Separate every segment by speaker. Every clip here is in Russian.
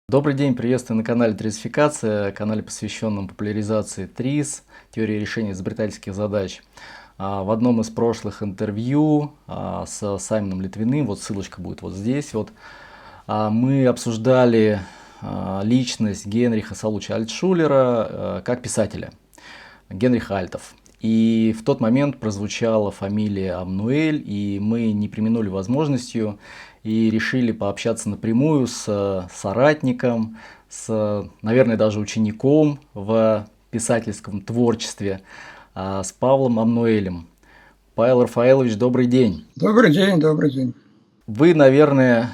Speaker 1: Добрый день, приветствую на канале Тризификация, канале, посвященном популяризации ТРИЗ, теории решения изобретательских задач. В одном из прошлых интервью с Саймоном Литвиным, вот ссылочка будет вот здесь, мы обсуждали личность Генриха Салуча Альтшулера как писателя, Генрих Альтов. И в тот момент прозвучала фамилия Амнуэль, и мы не преминули возможностью и решили пообщаться напрямую с соратником, наверное, даже учеником в писательском творчестве, с Павлом Амнуэлем. Павел Рафаэлович, добрый день.
Speaker 2: Добрый день, добрый день.
Speaker 1: Вы, наверное,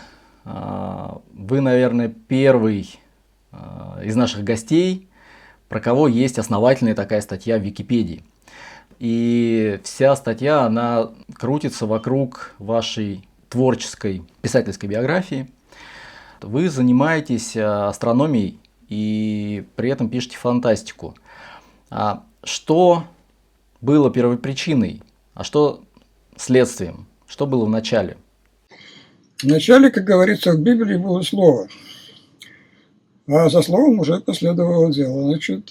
Speaker 1: первый из наших гостей, про кого есть основательная такая статья в Википедии. И вся статья, она крутится вокруг вашей творческой писательской биографии. Вы занимаетесь астрономией и при этом пишете фантастику. Что было первопричиной, а что следствием? Что было в начале?
Speaker 2: В начале, как говорится, в Библии было слово, а за словом уже последовало дело. Значит,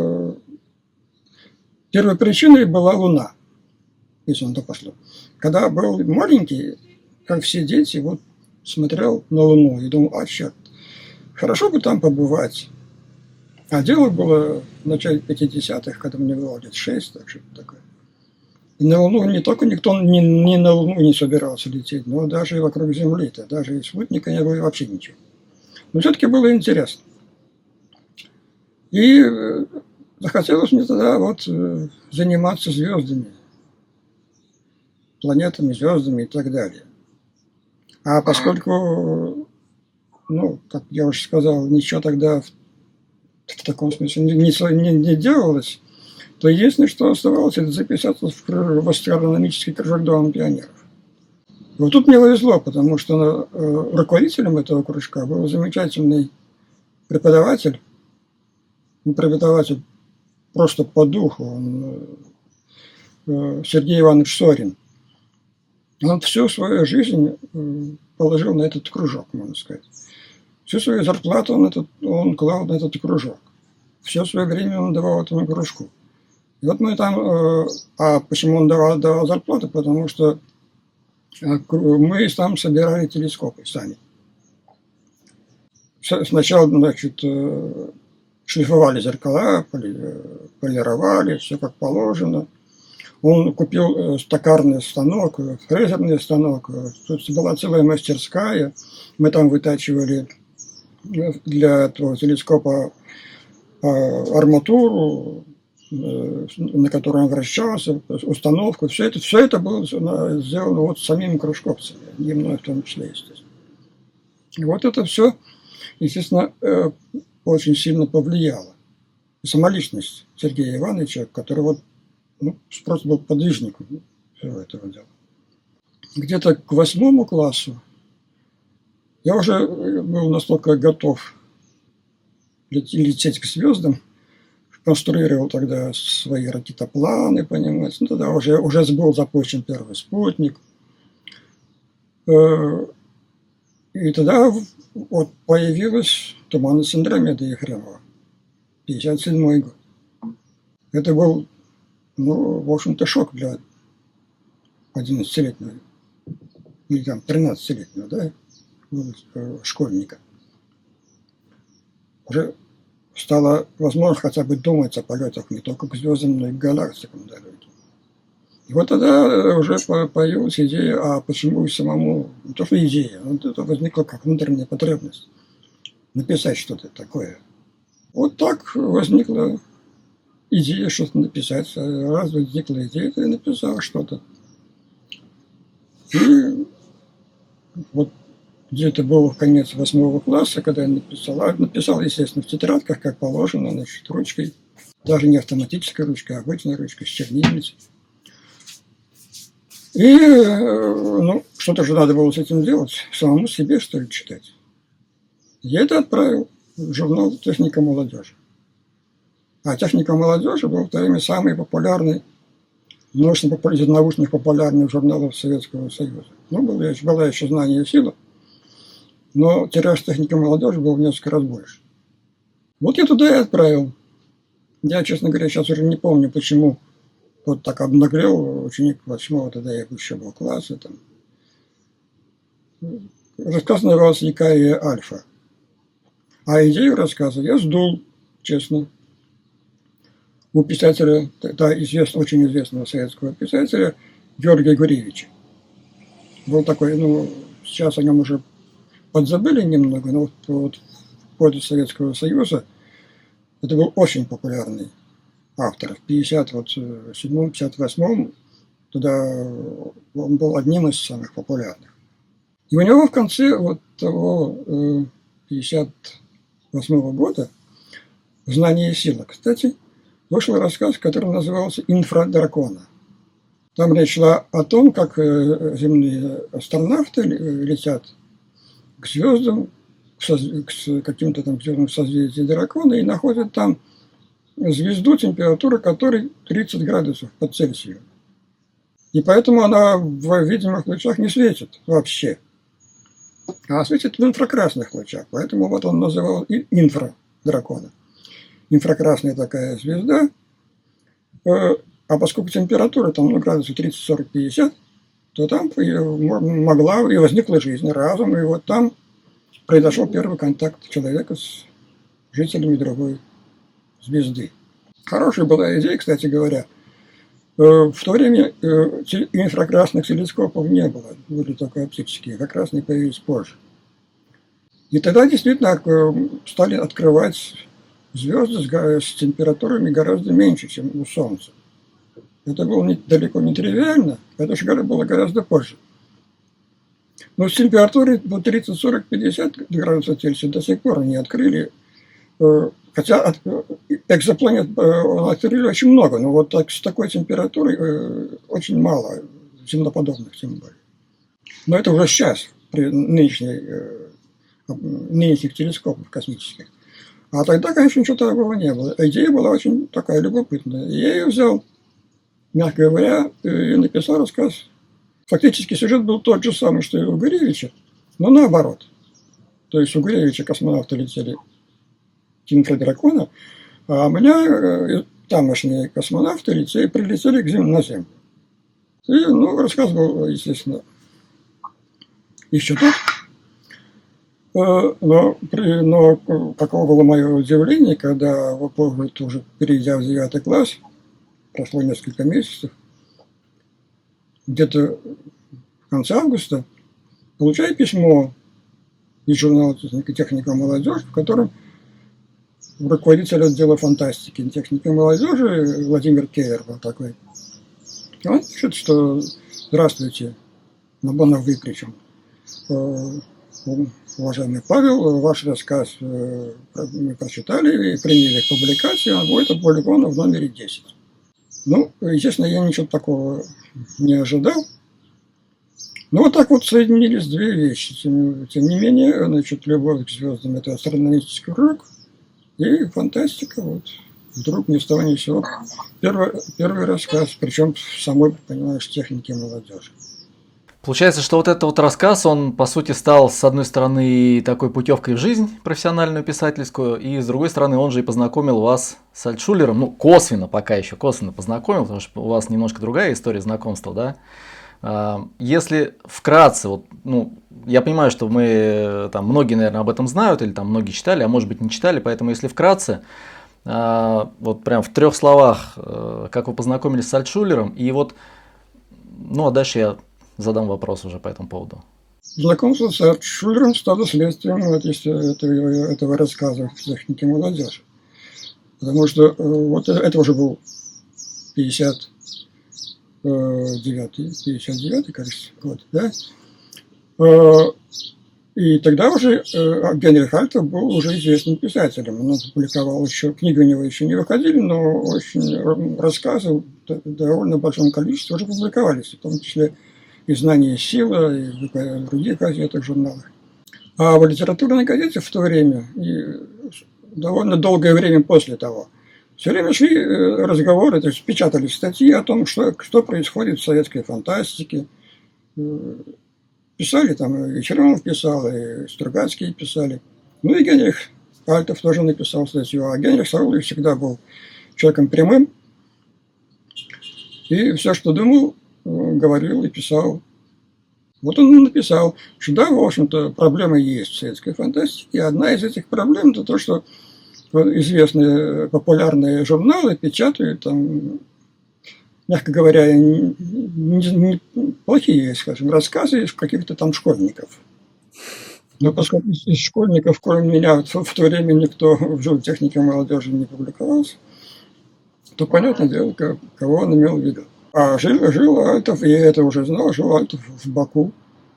Speaker 2: первопричиной была Луна, если он то пошло. Когда был маленький, как все дети, вот смотрел на Луну и думал, черт, хорошо бы там побывать. А дело было в начале 50-х, когда мне было лет 6, так что такое. И на Луну не только никто ни на Луну не собирался лететь, но даже и вокруг Земли-то, даже и спутника не было, вообще ничего. Но все-таки было интересно. И захотелось мне тогда заниматься звездами, планетами, звездами и так далее. А поскольку, как я уже сказал, ничего тогда в таком смысле не делалось, то единственное, что оставалось, это записаться в астрономический кружок Дома пионеров. Вот тут мне повезло, потому что руководителем этого кружка был замечательный преподаватель просто по духу, Сергей Иванович Сорин. Он всю свою жизнь положил на этот кружок, можно сказать. Всю свою зарплату он клал на этот кружок. Все свое время он давал этому кружку. И вот мы там... А почему он давал зарплату? Потому что мы там собирали телескопы сами. Сначала, шлифовали зеркала, полировали, все как положено. Он купил токарный станок, фрезерный станок. Тут была целая мастерская. Мы там вытачивали для этого телескопа арматуру, на которой он вращался, установку. Все это было сделано самими кружковцами, и мной в том числе, естественно. И вот это все, естественно, очень сильно повлияло. Сама личность Сергея Ивановича, который просто был подвижником всего этого дела. Где-то к 8 классу я уже был настолько готов лететь к звездам, конструировал тогда свои ракетопланы, понимаете. Тогда уже был запущен первый спутник. И тогда появилась туманность Андромеды Ефремова. 57-й год. Это был, в общем-то, шок для 11-летнего или 13-летнего, да, школьника. Уже стало возможно хотя бы думать о полетах не только к звездам, но и к галактикам далеким. И вот тогда уже появилась идея, а почему самому, не то что идея, это возникла как внутренняя потребность написать что-то такое. Вот так возникла идея что-то написать. Раз возникла идея, то я написал что-то. И вот где-то был конец 8 класса, когда я написал, естественно, в тетрадках, как положено, ручкой. Даже не автоматической ручкой, а обычной ручкой, с чернильницей. И, что-то же надо было с этим делать, самому себе, что ли, читать. Я это отправил в журнал «Техника молодежи». А «Техника молодежи» был в то время самый популярный, из научных популярных журналов Советского Союза. Была еще «Знание и сила». но тираж техники молодежи был в несколько раз больше. Вот я туда и отправил. Я, честно говоря, сейчас уже не помню, почему вот так обнаглел ученик 8-го, тогда я еще был класса. Там. Рассказ назывался «Икария Альфа». А идею рассказа я сдул, честно. У писателя, да, очень известного советского писателя Георгия Гуревича. Был такой, ну, сейчас о нем уже подзабыли немного, но вот в годы Советского Союза это был очень популярный автор. В 57-58 тогда он был одним из самых популярных. И у него в конце вот того 58 года «Знание и сила», кстати, вышел рассказ, который назывался «Инфрадракона». Там речь шла о том, как земные астронавты летят к звездам, к каким-то там звездам созвездия дракона и находят там звезду, температура которой 30 градусов по Цельсию. И поэтому она в видимых лучах не светит вообще, а светит в инфракрасных лучах. Поэтому вот он называл инфрадракона. Инфракрасная такая звезда, а поскольку температура там градусов 30, 40, 50, то там могла и возникла жизнь, разум, и вот там произошел первый контакт человека с жителями другой звезды. Хорошая была идея, кстати говоря. В то время инфракрасных телескопов не было, были только оптические, как раз не появились позже. И тогда действительно стали открывать звезды с температурами гораздо меньше, чем у Солнца. Это было далеко не тривиально, это же было гораздо позже. Но с температурой 30, 40, 50 градусов Цельсия до сих пор не открыли. Хотя экзопланет открыли очень много, но вот так, с такой температурой очень мало, земноподобных тем более. Но это уже сейчас, при нынешних телескопах космических. А тогда, конечно, ничего такого не было. Идея была очень такая любопытная. Я ее взял, мягко говоря, и написал рассказ. Фактически сюжет был тот же самый, что и у Гуревича, но наоборот. То есть у Гуревича космонавты летели к инфрадракону, а у меня тамошние космонавты прилетели на Землю. И, ну, рассказ был, естественно, еще тот. Но каково было мое удивление, когда, уже перейдя в 9 класс, прошло несколько месяцев, где-то в конце августа, получаю письмо из журнала «Техника молодежь», в котором руководитель отдела фантастики техники молодежи Владимир Кевер был такой. Он пишет, что «Здравствуйте, Набонов причем. Уважаемый Павел, ваш рассказ мы прочитали и приняли к публикации, он будет опубликован в номере 10. Ну, естественно, я ничего такого не ожидал. Но вот так вот соединились две вещи. Тем не менее, значит, любовь к звездам – это астрономический круг, и фантастика, вот, вдруг ни с того ни с сего. Первый рассказ, причем в самой, понимаешь, технике молодежи.
Speaker 1: Получается, что вот этот вот рассказ, он, по сути, стал, с одной стороны, такой путевкой в жизнь профессиональную, писательскую, и, с другой стороны, он же и познакомил вас с Альтшулером, ну, косвенно, пока еще косвенно познакомил, потому что у вас немножко другая история знакомства, да? Если вкратце, вот, ну, я понимаю, что мы, там, многие, наверное, об этом знают, или там многие читали, а может быть не читали, поэтому если вкратце, вот прям в 3 словах, как вы познакомились с Альтшулером, и вот, ну, а дальше я задам вопрос уже по этому поводу.
Speaker 2: Знакомство с Альтшулером стало следствием этого рассказа в технике молодежи. Потому что вот это уже был 59-й, кажется, год, да? И тогда уже Генрих Альтов был уже известным писателем. Он публиковал еще, книги у него еще не выходили, но очень рассказы в довольно большом количестве уже публиковались, в том числе и «Знание и сила», и в других газетах, журналах. А в литературной газете в то время, и довольно долгое время после того, все время шли разговоры, то есть печатались статьи о том, что происходит в советской фантастике, писали, там и Черемов писал, и Стругацкие писали. Ну и Генрих Альтов тоже написал статью. А Генрих Саулович всегда был человеком прямым. И все, что думал, говорил и писал. Вот он написал, что да, в общем-то, проблемы есть в советской фантастике. И одна из этих проблем – это то, что известные популярные журналы печатают там, мягко говоря, неплохие, скажем, рассказы из каких-то там школьников. Но поскольку из школьников, кроме меня, в то время никто в животехнике молодежи не публиковался, то, понятное дело, кого он имел в виду. А жил Альтов, и я это уже знал, жил Альтов в Баку.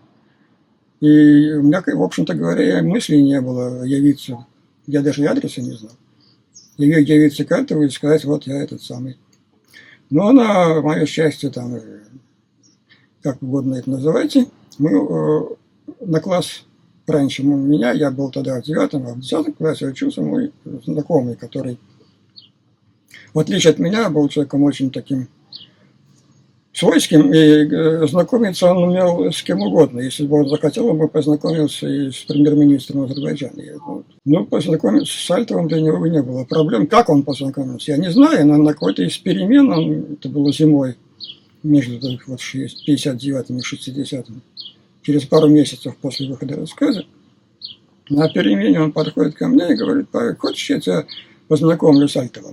Speaker 2: И у меня, в общем-то говоря, мысли не было явиться. Я даже и адреса не знал. Явиться к Альтову и сказать, вот я этот самый. Но на мое счастье, там, как угодно это называйте, мы на класс раньше меня, я был тогда в 9-м, а в 10 классе учился мой знакомый, который, в отличие от меня, был человеком очень таким свойским, и знакомиться он умел с кем угодно. Если бы он захотел, он бы познакомился и с премьер-министром Азербайджана. Но познакомиться с Альтовым для него не было проблем. Как он познакомился, я не знаю, но на какой-то из перемен, это было зимой, между вот 59-м и 60-м, через пару месяцев после выхода рассказа, на перемене он подходит ко мне и говорит: Павел, хочешь, я тебя познакомлю с Альтовым?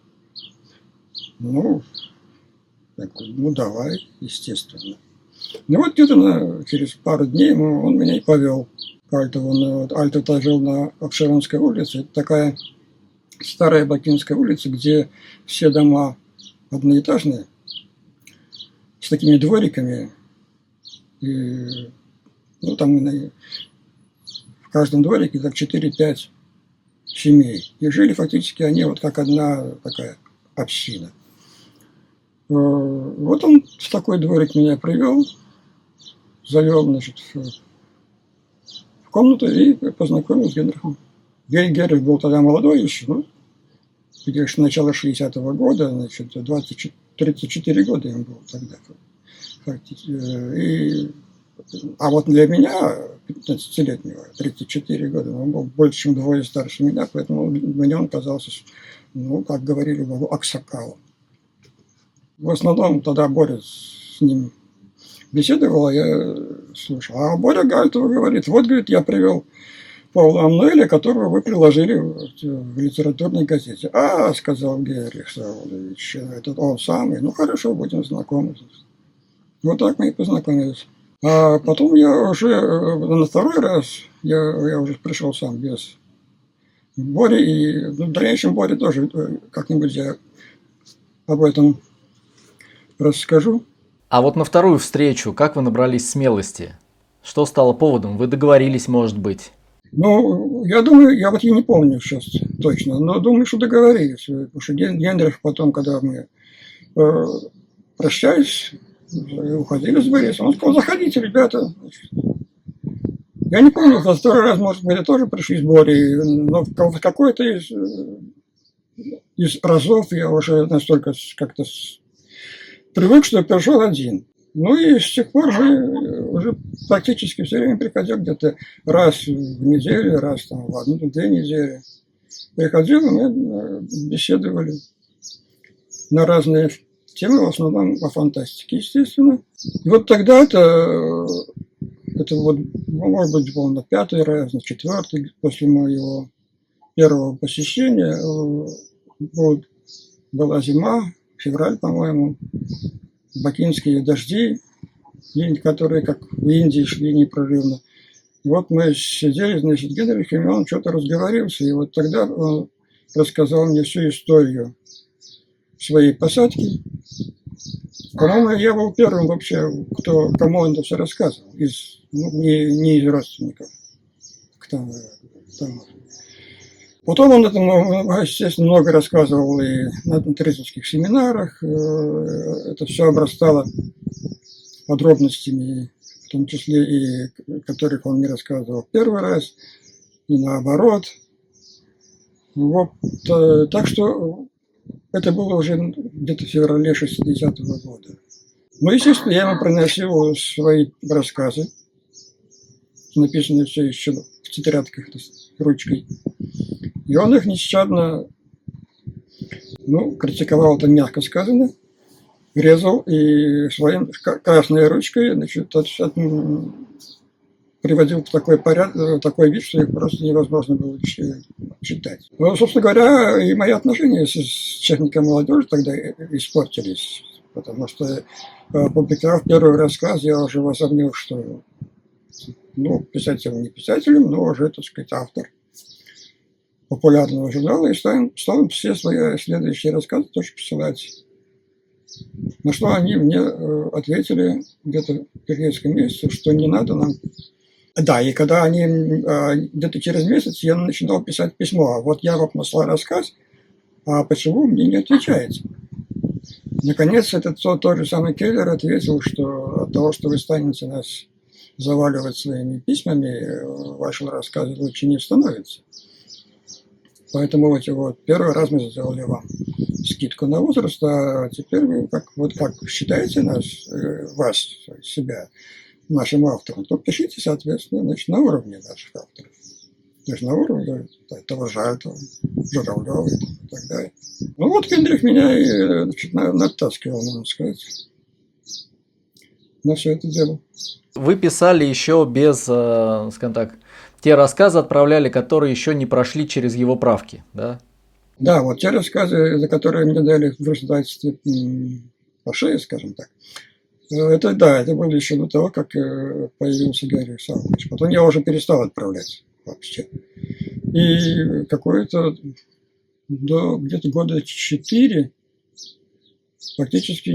Speaker 2: Ну, давай, естественно. Ну вот где-то через пару дней он меня и повел к Альтову. Альтов жил на Обширонской улице. Это такая старая Бакинская улица, где все дома одноэтажные, с такими двориками. И, там в каждом дворике так 4-5 семей. И жили фактически они вот как одна такая община. Вот он в такой дворик меня привел, завел, значит, в комнату и познакомил с Генрихом. Генрих был тогда молодой еще, начало 60-го года, значит, 34 года ему было тогда. А вот для меня, 15-летнего, 34 года, он был больше, чем вдвое старше меня, поэтому мне он казался, как говорили, аксакалом. В основном тогда Боря с ним беседовал, а я слушал. А Боря Гальтова говорит: вот, говорит, я привел Павла Амнуэля, которого вы приложили в литературной газете. А, сказал Генрих Саулович, это он самый. Ну, хорошо, будем знакомы. Вот так мы и познакомились. А потом я уже на второй раз, я уже пришел сам без Бори, и в дальнейшем Боре тоже как-нибудь я об этом расскажу.
Speaker 1: А вот на вторую встречу как вы набрались смелости? Что стало поводом? Вы договорились, может быть?
Speaker 2: Я думаю, я не помню сейчас точно, но думаю, что договорились. Потому что Генрих потом, когда мы прощались, уходили с Борисом, он сказал: заходите, ребята. Я не помню, во второй раз, может быть, тоже пришли с Борей, но в какой-то из разов я уже настолько как-то привык, что пришел один. Ну и с тех пор мы уже практически все время приходил где-то раз в неделю, раз там в 1-2 недели. Приходил, и мы беседовали на разные темы, в основном о фантастике, естественно. И вот тогда-то, это вот, может быть, был на 5-й раз, на 4-й, после моего первого посещения, была зима, февраль, по-моему, бакинские дожди, которые, как в Индии, шли непрерывно. И вот мы сидели, значит, Генрих, и он что-то разговорился, и вот тогда он рассказал мне всю историю своей посадки. По-моему, я был первым вообще, кому он это все рассказывал, не из родственников. Потом он это, естественно, много рассказывал и на трезовских семинарах. Это все обрастало подробностями, в том числе и которых он мне рассказывал первый раз, и наоборот. Вот, так что это было уже где-то в феврале 60-го года. Ну, естественно, я ему приносил свои рассказы. написанные все еще в тетрадках ручкой. И он их нещадно, критиковал, это мягко сказано, резал и своим красной ручкой, значит, приводил в такой вид, что их просто невозможно было читать. Ну, собственно говоря, и мои отношения с техникой молодежи тогда испортились, потому что, опубликовав первый рассказ, я уже возомнил, что писатель не писателем, но уже, так сказать, автор популярного журнала, и стал все свои следующие рассказы тоже посылать. На что они мне ответили где-то в периодском месяце, что не надо нам. Да, и когда они где-то через месяц я начинал писать письмо, а вот я вам послал рассказ, а почему мне не отвечаете? Наконец, тот же самый Келлер ответил, что от того, что вы станете нас заваливать своими письмами, ваши рассказы лучше не становятся. Поэтому первый раз мы сделали вам скидку на возраст, а теперь вы как считаете вас, себя, нашим автором, то пишите, соответственно, на уровне наших авторов. То есть на уровне того Жальтова, Журавлева и так далее. Кендрих меня натаскивал, можно сказать, на все это дело.
Speaker 1: Вы писали еще без, скажем так, те рассказы отправляли, которые еще не прошли через его правки, да?
Speaker 2: Да, вот те рассказы, за которые мне дали в издательстве по шее, скажем так, это было еще до того, как появился Гарри Александрович. Потом я уже перестал отправлять вообще. И какое-то где-то года 4 фактически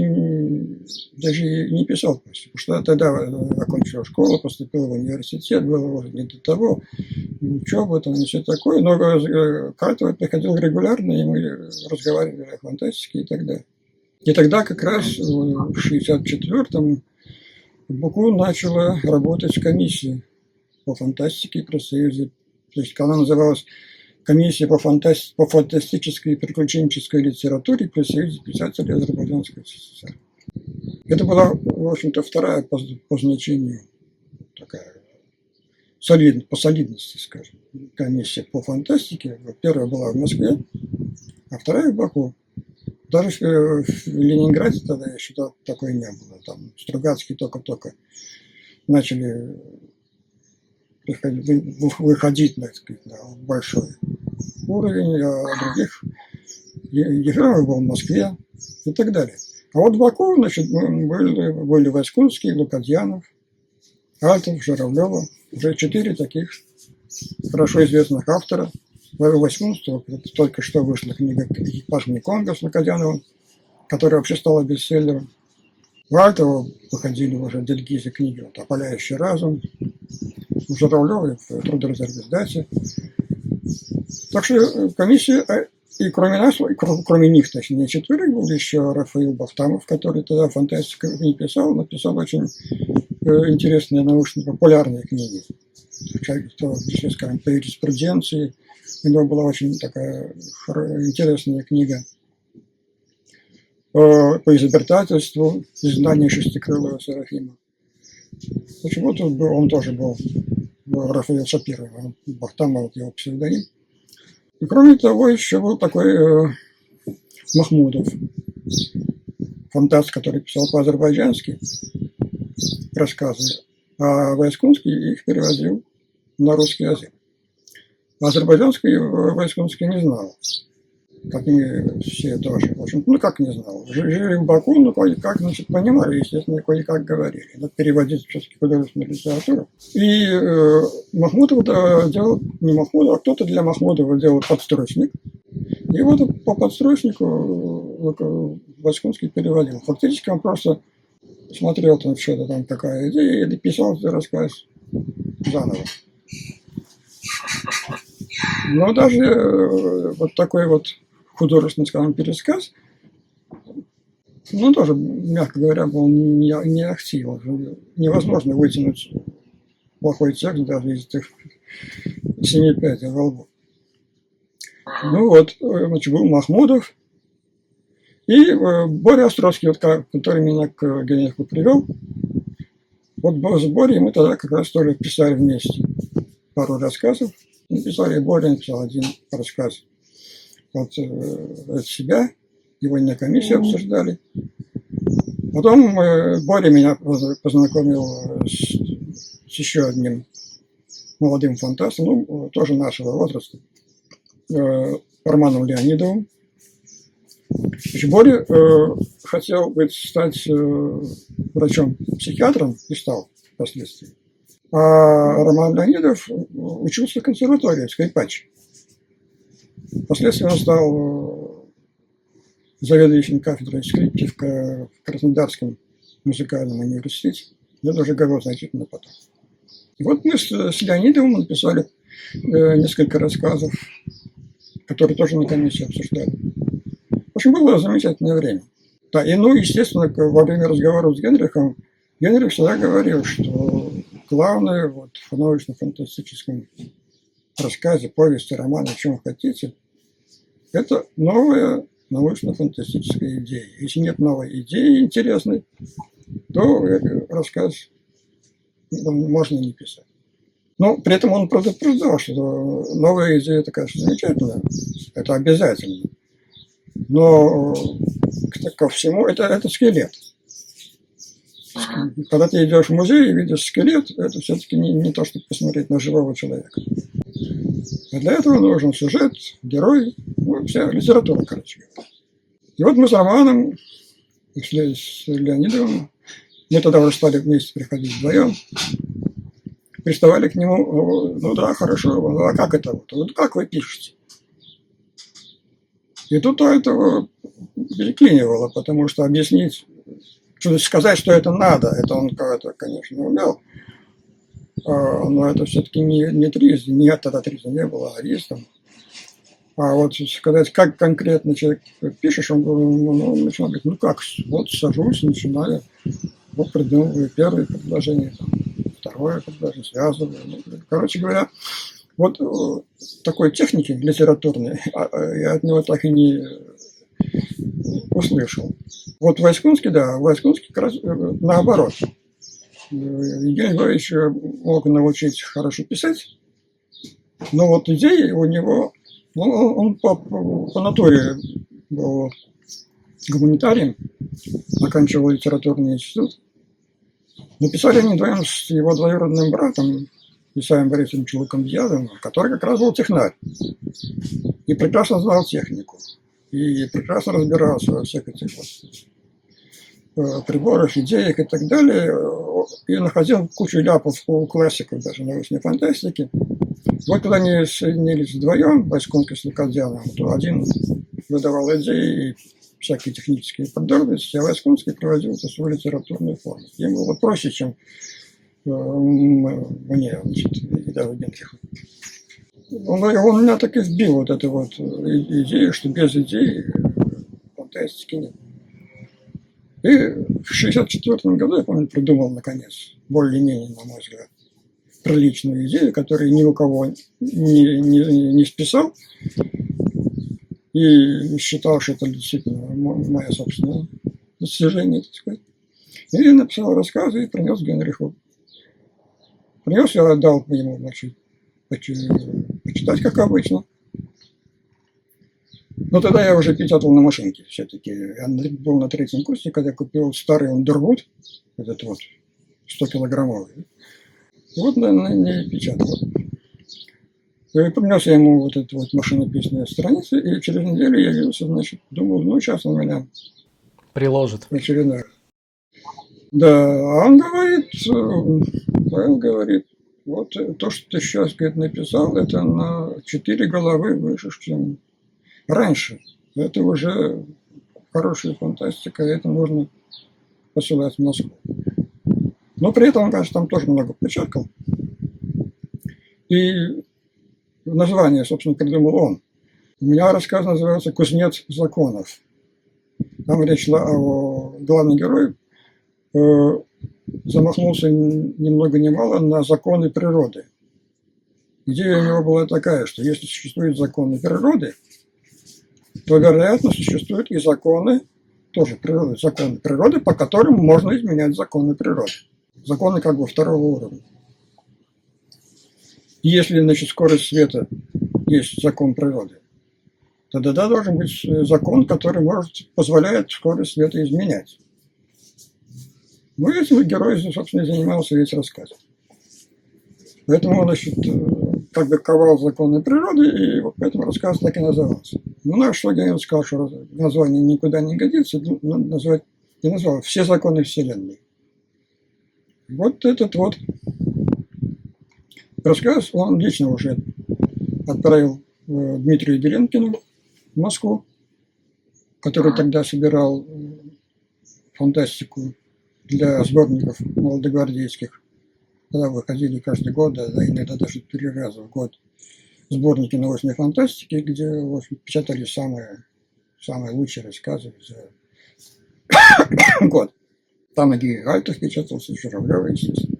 Speaker 2: даже не писал. Потому что тогда окончил школу, поступил в университет, было уже не до того, учеба там и все такое. Но Кальтов приходил регулярно, и мы разговаривали о фантастике и так далее. И тогда как раз в 1964-м БУКУ начала работать комиссия по фантастике при Союзе. То есть она называлась Комиссия по фантастической и приключенческой литературе при Союзе писателей Азербайджанской ССР. Это была, в общем-то, вторая по значению такая по солидности, скажем, комиссия по фантастике. Первая была в Москве, а вторая в Баку. Даже в Ленинграде тогда еще такой не было. Там Стругацкие только-только начали выходить, так сказать, на большой уровень, а других Ефремов был в Москве и так далее. А вот в Баку, значит, были Войскунский, Лукадьянов, Альтов, Журавлева. Уже 4 таких хорошо известных автора. Войскунского только что вышла книга «Экипаж Меконга» с Лукадьяновым, которая вообще стала бестселлером. У Альтова выходили уже Дельгизы книги «Опаляющий разум», у Журавлева «Трудоразорбиздате». Так что комиссия, и кроме нас, кроме них, точнее, 4 был еще Рафаил Бахтамов, который тогда фантастику не писал, но писал очень интересные научно-популярные книги. Скажем, по юриспруденции. У него была очень такая интересная книга по изобретательству, издание Шестикрылого Серафима. Почему-то он тоже был Рафаил Шапиров, Бахтамов его псевдоним. И кроме того, еще был такой Махмудов, фантаст, который писал по-азербайджански рассказы, а Войскунский их переводил на русский язык. Азербайджанский Войскунский не знал, как мы все тоже. В общем, как не знал. Жили в Баку, но кое-как, значит, понимали, естественно, кое-как говорили. Надо переводить все-таки художественную литературу. И Махмудов делал, не Махмудов, а кто-то для Махмудова делал подстрочник. И вот по подстрочнику Войскунский переводил. Фактически он просто смотрел, там что-то там какая идея, и дописал этот рассказ заново. Но даже вот такой вот художественный, скажем, пересказ, тоже, мягко говоря, был не ахти. Невозможно вытянуть плохой текст даже из этих 7 пядей во лбу. Значит, был Махмудов и Боря Островский, который меня к Генеху привел. Вот с Борей мы тогда как раз тоже писали вместе пару рассказов. Написали, Боря написал один рассказ от себя, его на комиссии обсуждали. Потом Боря меня познакомил с еще одним молодым фантастом, ну, тоже нашего возраста, Романом Леонидовым. Боря хотел стать врачом-психиатром и стал впоследствии. А Роман Леонидов учился в консерватории, скрипач. Впоследствии он стал заведующим кафедрой скрипки в Краснодарском музыкальном университете. Это уже говорил значительно потом. И вот мы с Леонидовым написали несколько рассказов, которые тоже на комиссии обсуждали. В общем, было замечательное время. Да, и, ну, естественно, во время разговора с Генрихом, Генрих всегда говорил, что главное вот, в научно-фантастическом рассказе, повести, романе, чем вы хотите, это новая научно-фантастическая идея. Если нет новой идеи интересной, то рассказ можно не писать. Но при этом он предупреждал, что новая идея, это, конечно, замечательно, это обязательно. Но ко всему это скелет. Когда ты идешь в музей и видишь скелет, это все-таки не то, чтобы посмотреть на живого человека. А для этого нужен сюжет, герой, ну, вся литература, короче говоря. И вот мы с Романом, с Леонидовым, мы тогда уже стали вместе приходить вдвоем, приставали к нему, ну да, хорошо, а как это вот как вы пишете? И тут этого переклинивало, потому что объяснить, сказать, что это надо, это он как-то, конечно, умел, но это все-таки не Триз, нет, тогда Триза не было, а Риз там. А вот сказать, как конкретно человек пишешь, он начинал говорить, ну как, вот сажусь, начинаю, вот придумываю первое предложение, там, второе предложение, связываю. Короче говоря, вот такой техники литературной я от него так и не услышал. Вот Войскунский, да, Войскунский как раз наоборот. Евгений Львович мог научить хорошо писать, но вот идеи у него, он по натуре был гуманитарием, оканчивал литературный институт. Написали они вдвоем с его двоюродным братом Исаием Борисовичем Лукомдьядовым, который как раз был технарь и прекрасно знал технику, и прекрасно разбирался во всех этих вот приборах, идеях и так далее, и находил кучу ляпов у классиков даже научной фантастики. Вот когда они соединились вдвоем, Войскунский с Лукомдьядовым, то один выдавал идеи и всякие технические подробности, а Войскунский приводил это в свою литературную форму. Ему было проще, чем мне, значит, и даже Генриху. Он меня так и сбил, вот эту вот идею, что без идеи фантастики нет. И в 1964 году, я помню, придумал, наконец, более-менее, на мой взгляд, приличную идею, которую ни у кого не списал, и считал, что это действительно мое собственное достижение, так сказать. И я написал рассказы и принес Генриху. Принес, я отдал ему, значит, почитать, как обычно. Но тогда я уже печатал на машинке все-таки. Я был на 3-м курсе, когда купил старый Underwood, этот вот 100-килограммовый. И вот не печатал. И принес я ему вот эту вот машинописные страницы, и через неделю я явился, значит, думал, ну, сейчас он меня
Speaker 1: приложит.
Speaker 2: Очередной. Да, а он говорит, вот то, что ты сейчас, говорит, написал, это на 4 головы выше, чем раньше. Это уже хорошая фантастика, и это можно посылать в Москву. Но при этом он, конечно, там тоже много почеркал. И название, собственно, придумал он. У меня рассказ называется «Кузнец законов». Там речь шла о главном герое, замахнулся ни много ни мало на законы природы. Идея у него была такая, что если существуют законы природы, то, вероятно, существуют и законы, тоже природы, законы природы, по которым можно изменять законы природы. законы как бы второго уровня. И если, значит, скорость света есть закон природы, то тогда должен быть закон, который позволяет скорость света изменять. Ну, этим герой, собственно, и занимался весь рассказ. Поэтому он, значит, как бы ковал законы природы, и вот поэтому рассказ так и назывался. Ну, на что Гейн сказал, что название никуда не годится, назвать и назвал «Все законы Вселенной». Вот этот вот рассказ он лично уже отправил Дмитрию Беленкину в Москву, который тогда собирал фантастику для сборников молодогвардейских. Когда выходили каждый год, а иногда даже 3 раза в год, сборники научной фантастики, где, в общем, печатали самые лучшие рассказы за год. Там и Гальтов печатался, и Журавлёв, естественно.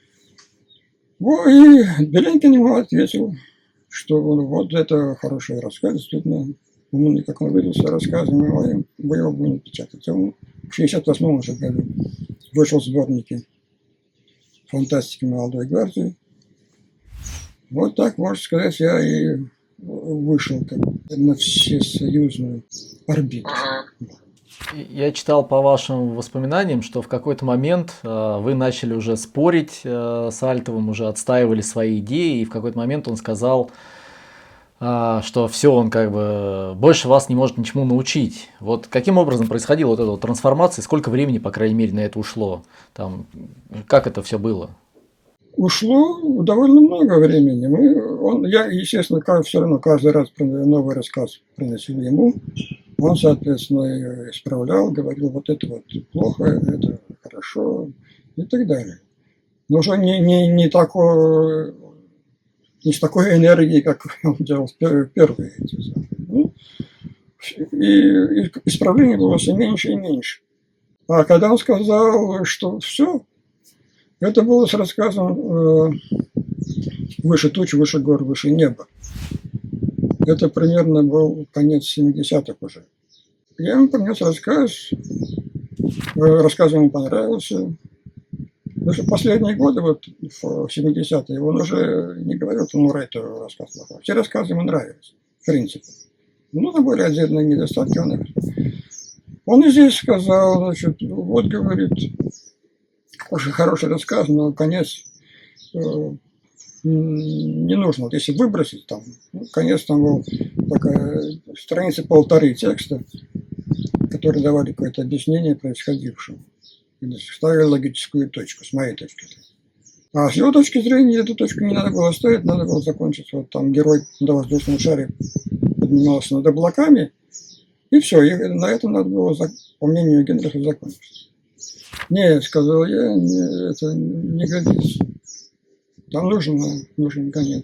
Speaker 2: И Беленкин ему ответил, что вот это хороший рассказ, действительно, умный, как он выдался рассказами, мы его будем печатать. Он в 1968 уже году вышел в сборники фантастики молодой гвардии. Вот так, можно сказать, я и вышел на всесоюзную орбиту.
Speaker 1: Я читал по вашим воспоминаниям, что в какой-то момент вы начали уже спорить с Альтовым, уже отстаивали свои идеи, и в какой-то момент он сказал, что все, он как бы больше вас не может ничему научить. Вот каким образом происходила вот эта вот трансформация, сколько времени, по крайней мере, на это ушло? Там, как это все было?
Speaker 2: Ушло довольно много времени. Я, естественно, все равно каждый раз новый рассказ приносил ему. Он, соответственно, исправлял, говорил, вот это вот плохо, это хорошо и так далее. Но уже не с такой энергией, как он делал первые эти самые. И исправлений было все меньше и меньше. А когда он сказал, что все, это было с рассказом «Выше туч, выше гор, выше неба». Это примерно был конец 70-х уже. Я ему принес рассказ. Рассказ ему понравился. Потому что последние годы, вот в 70-е, он уже не говорил, что это рассказ плохой. Все рассказы ему нравились, в принципе. Ну, там были отдельные недостатки. Он и здесь сказал, значит, вот, говорит, очень хороший рассказ, но конец не нужно. Вот если выбросить там, конец там был такая страницы 1,5 текста, которые давали какое-то объяснение происходившему. Ставили логическую точку, с моей точки зрения. А с его точки зрения эту точку не надо было ставить, надо было закончить. Вот там герой на воздушном шаре поднимался над облаками, и все. И на этом надо было, по мнению Генриха, закончить. Нет, сказал я, это не годится. Там нужен конец.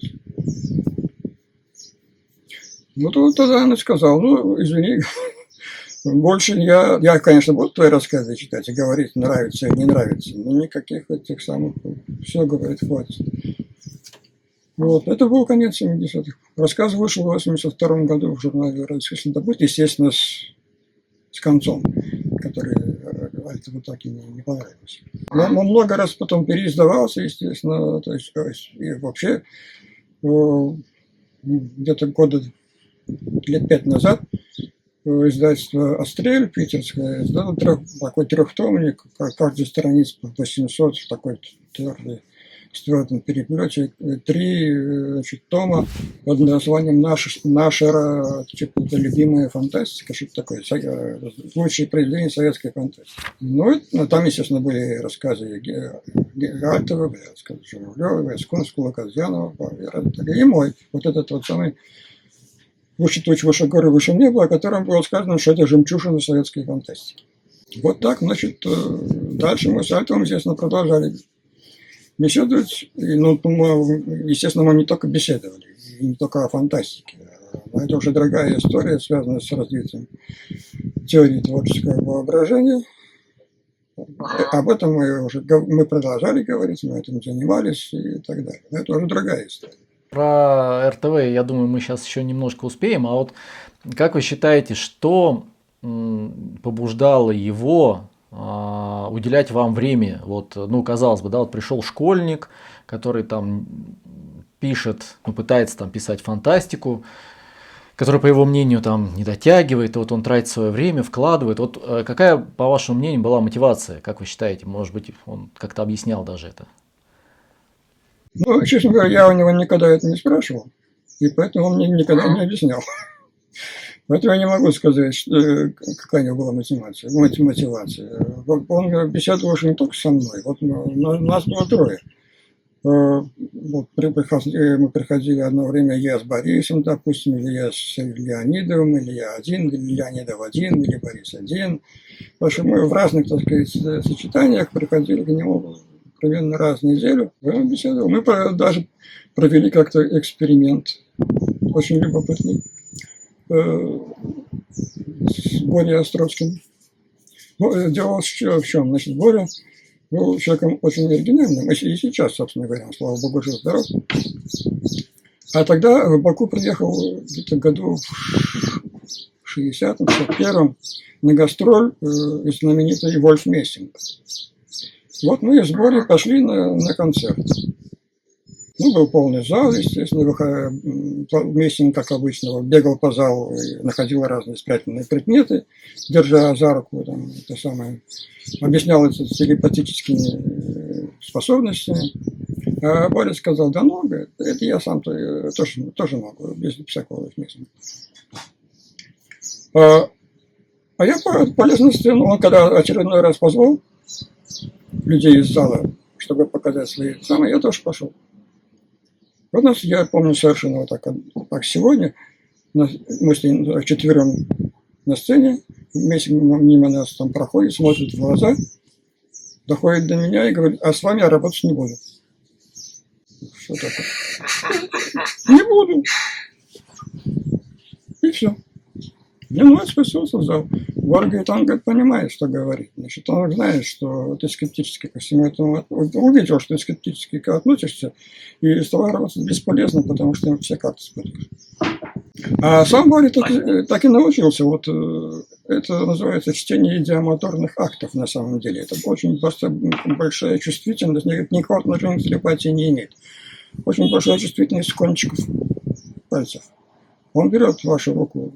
Speaker 2: Ну, то тогда он сказал, извини, больше я, конечно, буду твои рассказы читать и говорить, нравится или не нравится, но никаких этих самых, все, говорит, хватит. Вот, это был конец 70-х. Рассказ вышел в 82 году в журнале «Радиослушательный добыт», естественно, с концом, который Альтову так и не понравился. Но он много раз потом переиздавался, естественно, то есть и вообще где-то лет 5 назад издательство «Астрель» питерское издало такой 3-томник, каждой странице по 800, в такой твердом переплете, 3 тома под названием «Наша любимая фантастика», что-то такое, лучшие произведения советской фантастики. Ну, там, естественно, были рассказы Альтова, рассказы Журавлёва, Скунского, Казьянова, и мой, вот этот вот самый «Выше туч, выше горы, выше неба», о котором было сказано, что это жемчужина советской фантастики. Вот так, значит, дальше мы с Альтовым, естественно, продолжали беседовать. Естественно, мы не только беседовали, и не только о фантастике. Но это уже другая история, связанная с развитием теории творческого воображения. Об этом мы продолжали говорить, мы этим занимались и так далее. Но это уже другая история.
Speaker 1: Про РТВ, я думаю, мы сейчас еще немножко успеем. А вот как вы считаете, что побуждало его уделять вам время? Вот, ну, казалось бы, да, вот пришел школьник, который там пишет, ну, пытается там писать фантастику, который, по его мнению, там не дотягивает, и вот он тратит свое время, вкладывает. Вот какая, по вашему мнению, была мотивация, как вы считаете? Может быть, он как-то объяснял даже это?
Speaker 2: Ну, честно говоря, я у него никогда это не спрашивал, и поэтому он мне никогда не объяснял. Поэтому я не могу сказать, какая у него была мотивация. Он беседовал уже не только со мной, вот нас было трое. Вот мы приходили одно время, я с Борисом, допустим, или я с Леонидовым, или я один, или Леонидов один, или Борис один. В общем, мы в разных, так сказать, сочетаниях приходили к нему примерно раз в неделю. Он беседовал. Мы даже провели как-то эксперимент, очень любопытный, с Борей Островским. Дело в чем? Значит, Боря был человеком очень оригинальным, и сейчас, собственно говоря, слава богу, жив-здоров. А тогда в Баку приехал где-то году в 60-м, 61-м на гастроль знаменитый Вольф Мессинг. Вот мы с Борей пошли на концерт. Ну, был полный зал, естественно, Мессинг, как обычно, бегал по залу и находил разные спрятанные предметы, держа за руку, там, это самое, объяснял это телепатическими способностями. А Боря сказал, да ну, это я сам тоже могу, без всякого Мессинга. А я полез на сцену, он когда очередной раз позвал людей из зала, чтобы показать свои самые, я тоже пошел. Вот нас, я помню совершенно вот так, как сегодня, мы с четвером на сцене, вместе мимо нас там проходит, смотрит в глаза, доходит до меня и говорит, а с вами я работать не буду. Что такое? Не буду. И все. Я спустился в зал. Боря говорит, он понимает, что говорит. Значит, он знает, что ты скептически ко всему этому увидел, что ты скептически относишься, и стал работать бесполезно, потому что все карты спутаешь. А сам Боря так и научился. Вот это называется чтение идиомоторных актов на самом деле. Это очень просто большая чувствительность, никакого отношения к телепатии не имеет. Очень большая чувствительность кончиков пальцев. Он берет вашу руку,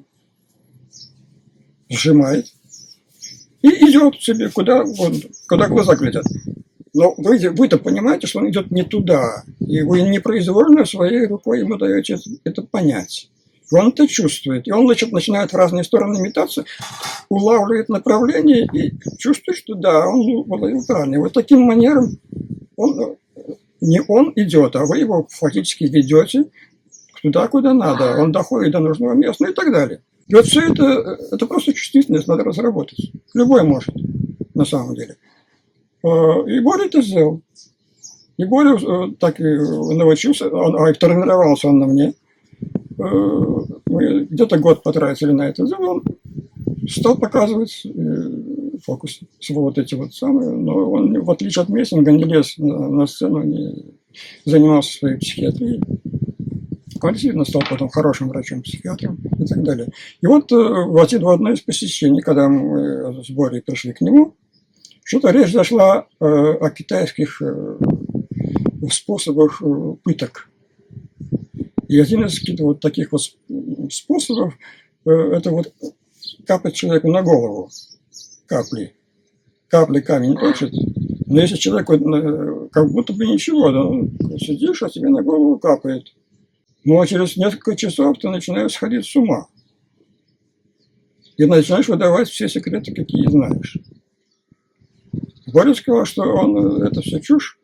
Speaker 2: сжимает и идет себе куда глаза глядят. Но вы-то понимаете, что он идет не туда, и вы непроизвольно своей рукой ему даете это понять. И он это чувствует, и он начинает в разные стороны метаться, улавливает направление и чувствует, что да, он уловил правильно. И вот таким манером не он идет, а вы его фактически ведете туда, куда надо. Он доходит до нужного места, ну и так далее. И вот все это просто чувствительность, надо разработать. Любой может, на самом деле. И Боря это сделал. И Боря так и научился, тренировался он на мне. Мы где-то год потратили на это дело. Он стал показывать фокусы, вот эти вот самые. Но он, в отличие от Мессинга, не лез на сцену, не занимался своей психиатрией. Он действительно стал потом хорошим врачом-психиатром и так далее. И вот в одно из посещений, когда мы с Борей пришли к нему, что-то речь зашла о китайских способах пыток. И один из каких-то вот таких вот способов это вот капать человеку на голову капли. Капли камень точит. Но если человеку как будто бы ничего, да, сидишь, а тебе на голову капает. Но через несколько часов ты начинаешь сходить с ума. И начинаешь выдавать все секреты, какие знаешь. Боря сказал, что это все чушь.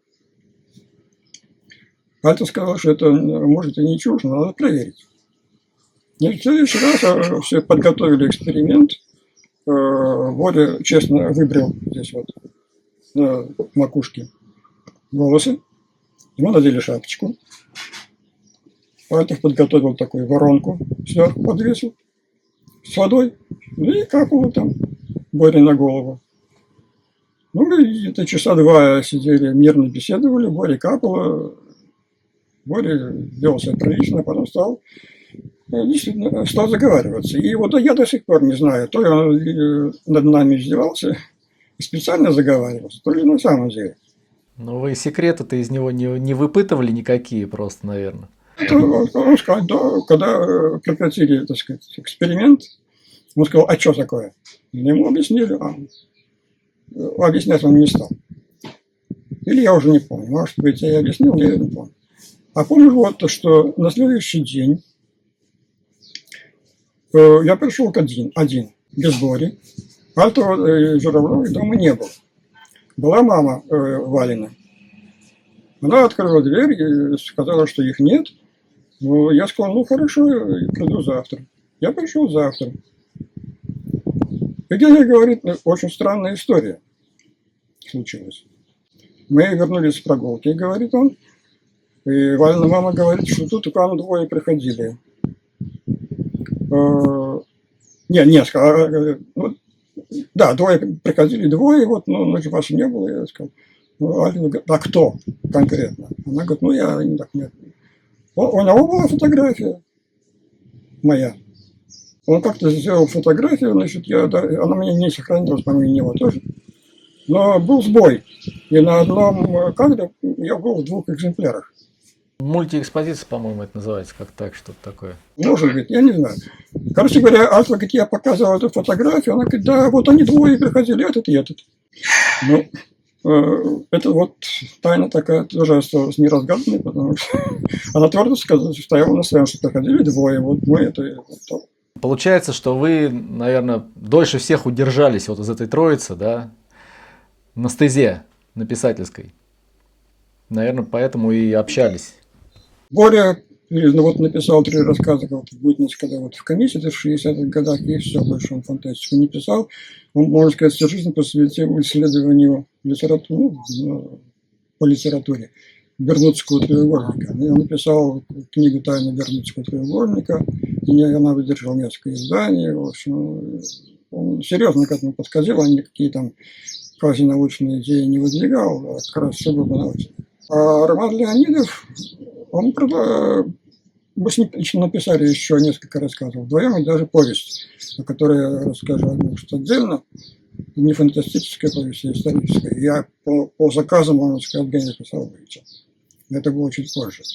Speaker 2: Альта сказал, что это может и не чушь, но надо проверить. И в следующий раз все подготовили эксперимент. Боря честно выбрил здесь вот на макушке волосы. Ему надели шапочку. Альтов подготовил такую воронку, сверху подвесил с водой и капало там Боре на голову. Ну, и это часа два сидели, мирно беседовали, Боре капало, Боря вел себя прилично, а потом действительно стал заговариваться. И вот я до сих пор не знаю, то ли он над нами издевался, специально заговаривался, то ли на самом деле.
Speaker 1: Но вы секреты-то из него не выпытывали никакие просто, наверное.
Speaker 2: Он сказал, да, когда прекратили, так сказать, эксперимент, он сказал, а что такое? Ему объяснили, объяснять он не стал. Или я уже не помню, может быть, я объяснил, я не помню. А помню вот то, что на следующий день я пришел один, без Бори. Альтова и Журавлевой дома не было. Была мама Валина. Она открыла дверь и сказала, что их нет. Ну, я сказал, ну хорошо, я приду завтра. Я пришел завтра. И Геня говорит, очень странная история случилась. Мы вернулись с прогулки, говорит он. И Валина мама говорит, что тут к вам двое приходили. Да, двое приходили, вот, ночью вас не было, я сказал. Алина говорит, а кто конкретно? Она говорит, я не так нет. У него была фотография моя. Он как-то сделал фотографию, значит, она мне не сохранилась, по-моему, у него тоже. Но был сбой. И на одном кадре я был в 2 экземплярах.
Speaker 1: Мультиэкспозиция, по-моему, это называется, как так, что-то такое.
Speaker 2: Может быть, я не знаю. Короче говоря, Альфа, говорит, я показывал эту фотографию, она говорит, да, вот они двое приходили, этот и этот. Ну, это вот тайна такая тоже осталась неразгаданной, потому что она твердо стояла на своем, что приходили двое, вот мы это и вот то.
Speaker 1: Получается, что вы, наверное, дольше всех удержались вот из этой троицы, да, на стезе, на писательской. Наверное, поэтому и общались.
Speaker 2: Боря вот написал 3 рассказа, вот в бытность, когда вот в комиссии, это в 60-х годах, и все, больше он фантастику не писал. Он, можно сказать, всю жизнь посвятил исследованию литературы, по литературе, Бермудского треугольника. Он написал книгу «Тайна Бермудского треугольника», и она выдержала несколько изданий. В общем, он серьезно к этому подходил, а никакие там квазинаучные идеи не выдвигал, а как раз все было научно. А Роман Леонидов, мы с ним написали еще несколько рассказов вдвоем, и даже повесть, о которой я расскажу что отдельно. Не фантастическая повесть, а историческая. Я по заказам, можно сказать, Геня Косоловича. Это было чуть позже.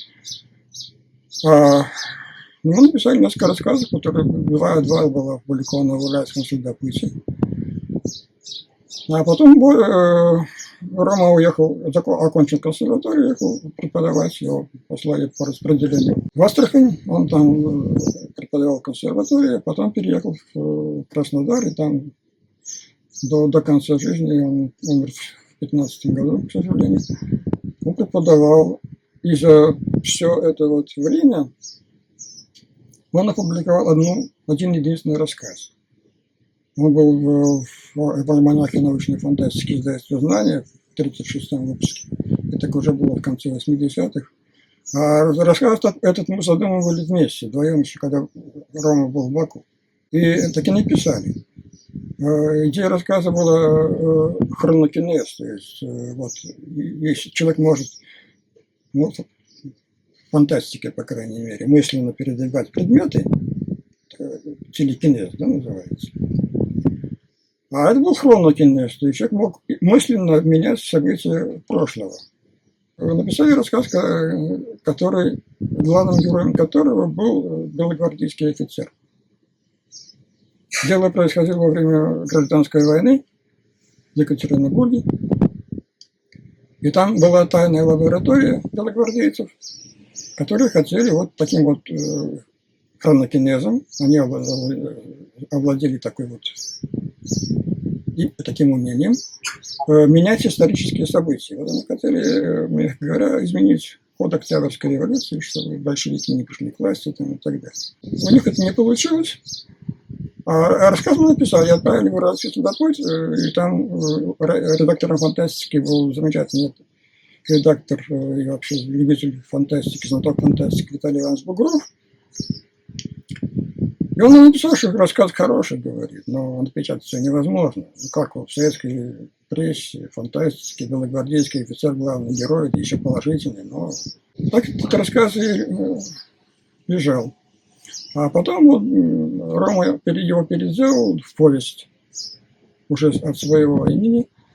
Speaker 2: Мы написали несколько рассказов, которые два было опубликовано в Уральском следопыте. А потом Рома уехал, окончил консерваторию, уехал преподавать, его послали по распределению в Астрахань, он там преподавал в консерватории, а потом переехал в Краснодар, и там до конца жизни, он умер в 15 году, к сожалению, он преподавал, и за все это вот время он опубликовал один единственный рассказ. Он был в альманахе научной фантастики издательства «Знания» в 1936 выпуске. Это уже было в конце 80-х. А рассказ этот мы задумывали вместе, вдвоем еще, когда Рома был в Баку. И так и написали. Идея рассказа была хронокинез. То есть, вот, если человек может, в фантастике, по крайней мере, мысленно передвигать предметы, телекинез, да, называется. А это был хронокинез, то есть человек мог мысленно менять события прошлого. Написали рассказ, главным героем которого был белогвардейский офицер. Дело происходило во время гражданской войны в Екатеринбурге. И там была тайная лаборатория белогвардейцев, которые хотели вот таким вот хронокинезом, они овладели таким умением, менять исторические события. Вот они хотели, мягко говоря, изменить ход Октябрьской революции, чтобы большевики не пришли к власти там, и так далее. У них это не получилось. А рассказ мы написали, отправили в Уральский следопыт, и там редактором фантастики был замечательный редактор и вообще любитель фантастики, знаток фантастики Виталий Иванович Бугров. И он написал, что рассказ хороший, говорит, но он напечатать все невозможно. Как в советской прессе, фантастике, белогвардейский офицер, главный герой, это еще положительный, но так этот рассказ и лежал. А потом вот Рома его переделал в повесть уже от своего имени.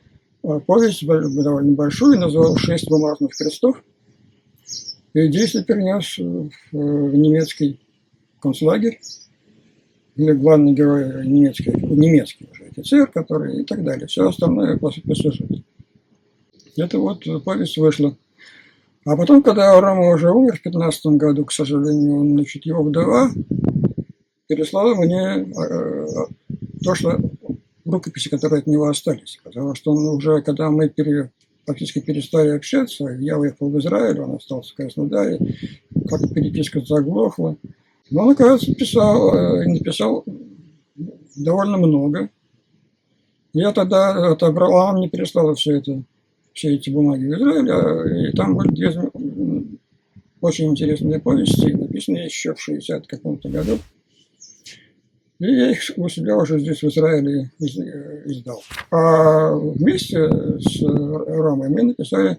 Speaker 2: повесть довольно большую, назвал «Шесть бумажных крестов». И действие перенес в немецкий концлагерь, где главный герой немецкий уже офицер, который и так далее. Все остальное присутствует. Это вот повесть вышла. А потом, когда Рома уже умер в 2015 году, к сожалению, значит, его вдова переслала мне то, что рукописи, которые от него остались. Потому что он уже, когда мы практически перестали общаться, я уехал в Израиль, он остался в Краснодаре, как-то переписка заглохла. Но он, оказывается, написал довольно много. Я тогда отобрал, он мне переслал все эти бумаги в Израиль, и там были две очень интересные повести, написанные еще в 60 каком-то году. И я их у себя уже здесь, в Израиле, издал. А вместе с Ромой мы написали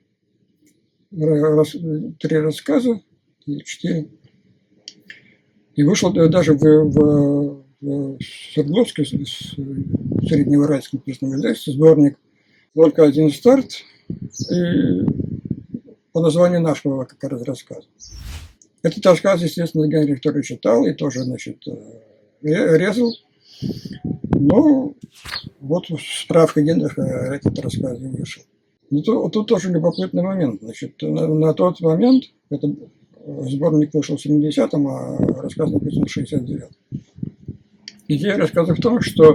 Speaker 2: 3 рассказа, 4. И вышел даже в Свердловске, среднеуральском книжном издательстве, сборник «Только один старт» и по названию нашего как раз рассказа. Этот рассказ, естественно, Генрих тоже читал и тоже, значит, резал. Но вот справка Генриха, этот рассказ вышел. Но тут тоже любопытный момент. Значит, на тот момент, это сборник вышел в 70-м, а рассказ написан в 69-м. Идея рассказа в том, что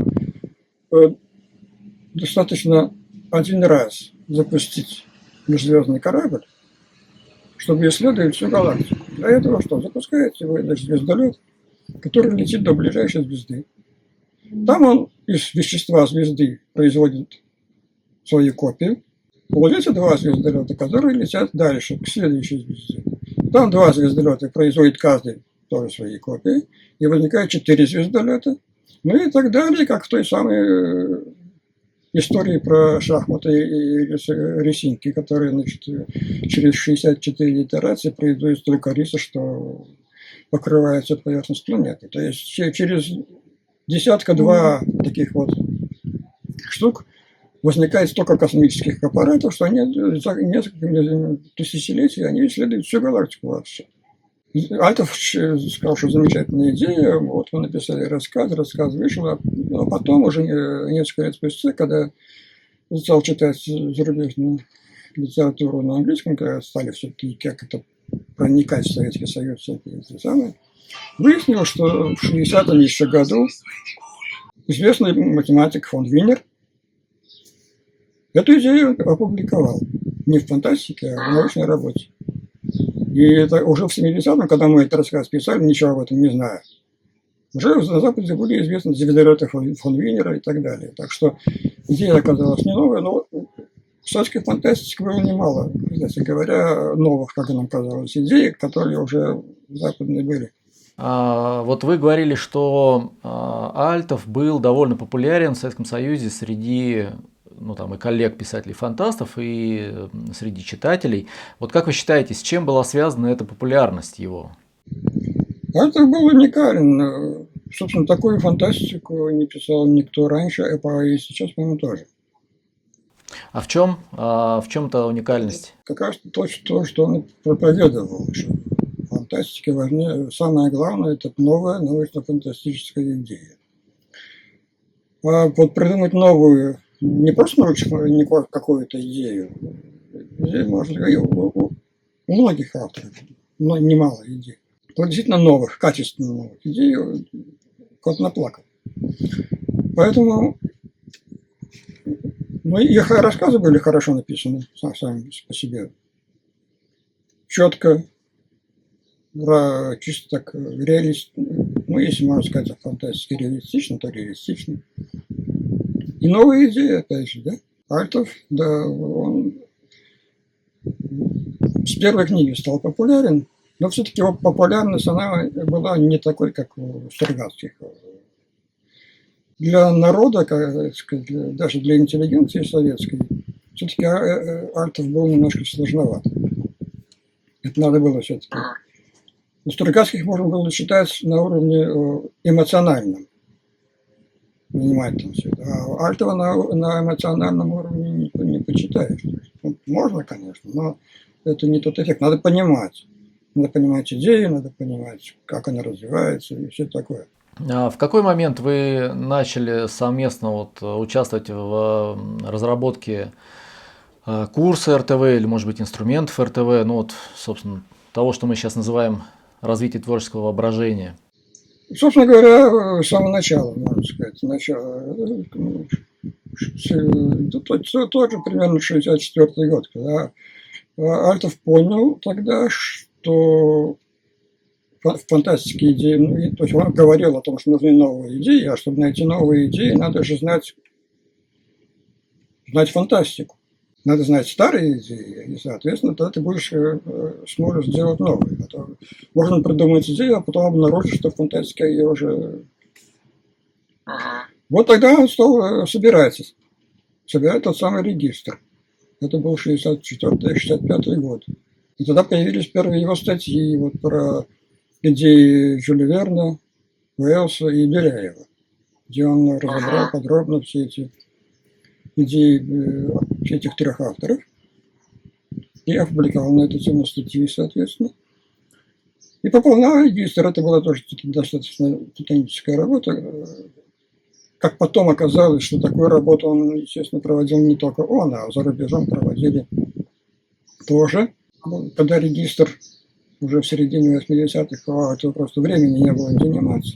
Speaker 2: достаточно один раз запустить межзвездный корабль, чтобы исследовать всю галактику. Для этого что? Запускается звездолет, который летит до ближайшей звезды. Там он из вещества звезды производит свои копии. Получается 2 звездолета, которые летят дальше, к следующей звезде. Там 2 звездолета производит каждый тоже свои копии. И возникает 4 звездолета. Ну и так далее, как в той самой истории про шахматы и рисинки, которые, значит, через 64 итерации производят столько риса, что покрывает всю поверхность планеты. То есть через 10-2 таких вот штук возникает столько космических аппаратов, что они за несколько тысячелетий они исследуют всю галактику вообще. Альтов сказал, что замечательная идея, вот мы написали рассказ вышел, а потом уже несколько лет спустя, когда стал читать зарубежную литературу на английском, когда стали все-таки как это проникать в Советский Союз, всякие эти самые, выяснилось, что в 60-м еще году известный математик фон Винер эту идею опубликовал. Не в фантастике, а в научной работе. И это уже в 70-м, когда мы этот рассказ писали, ничего об этом не зная. Уже на Западе были известны звездолеты фон Винера и так далее. Так что идея оказалась не новая, но в советской фантастике было немало, кстати говоря, новых, как нам казалось, идей, которые уже западные были.
Speaker 1: Вот вы говорили, что Альтов был довольно популярен в Советском Союзе среди и коллег писателей-фантастов, и среди читателей. Вот как вы считаете, с чем была связана эта популярность его?
Speaker 2: Альтов был уникален. Собственно, такую фантастику не писал никто раньше, и сейчас, по-моему, тоже.
Speaker 1: А в чем-то уникальность?
Speaker 2: Как раз то, что он проповедовал. Что фантастика важнее. Самое главное – это новая научно-фантастическая идея. А вот придумать новую, не просто научную какую-то идею, здесь можно говорить у многих авторов, но немало идей. Вот действительно новых, качественно новых идей кот наплакал. Поэтому их рассказы были хорошо написаны сами по себе. Четко, чисто так реалистично. Если можно сказать о фантастике реалистично, то реалистично. И новые идеи, опять же, да? Альтов, да, он с первой книги стал популярен, но все-таки его популярность, она была не такой, как у Стругацких. Для народа, даже для интеллигенции советской, все-таки Альтов был немножко сложноват. Это надо было все-таки. У Стругацких можно было считать на уровне эмоциональном. понимать там все это. А Альтова на эмоциональном уровне не почитаешь. Ну, можно, конечно, но это не тот эффект. Надо понимать. Надо понимать идею, надо понимать, как она развивается и все такое.
Speaker 1: А в какой момент вы начали совместно участвовать в разработке курса РТВ или, может быть, инструментов РТВ, ну вот, собственно, того, что мы сейчас называем развитие творческого воображения?
Speaker 2: Собственно говоря, с самого начала, можно сказать, начало, тоже примерно 64-й год, когда Альтов понял тогда, что фантастические идеи, ну, то есть он говорил о том, что нужны новые идеи, а чтобы найти новые идеи, надо же знать фантастику. Надо знать старые идеи, и, соответственно, тогда ты сможешь сделать новые. А то можно придумать идею, а потом обнаружить, что фантастика ее уже... Вот тогда он стал собирать тот самый регистр. Это был 64-65 год. И тогда появились первые его статьи вот про идеи Жюля Верна, Уэллса и Беляева, где он разобрал подробно все эти идеи этих трех авторов и опубликовал на эту тему статьи, соответственно. И пополнял регистр. Это была тоже достаточно титаническая работа. Как потом оказалось, что такую работу он, естественно, проводил не только он, а за рубежом проводили тоже. Когда регистр уже в середине 80-х, это просто времени не было заниматься.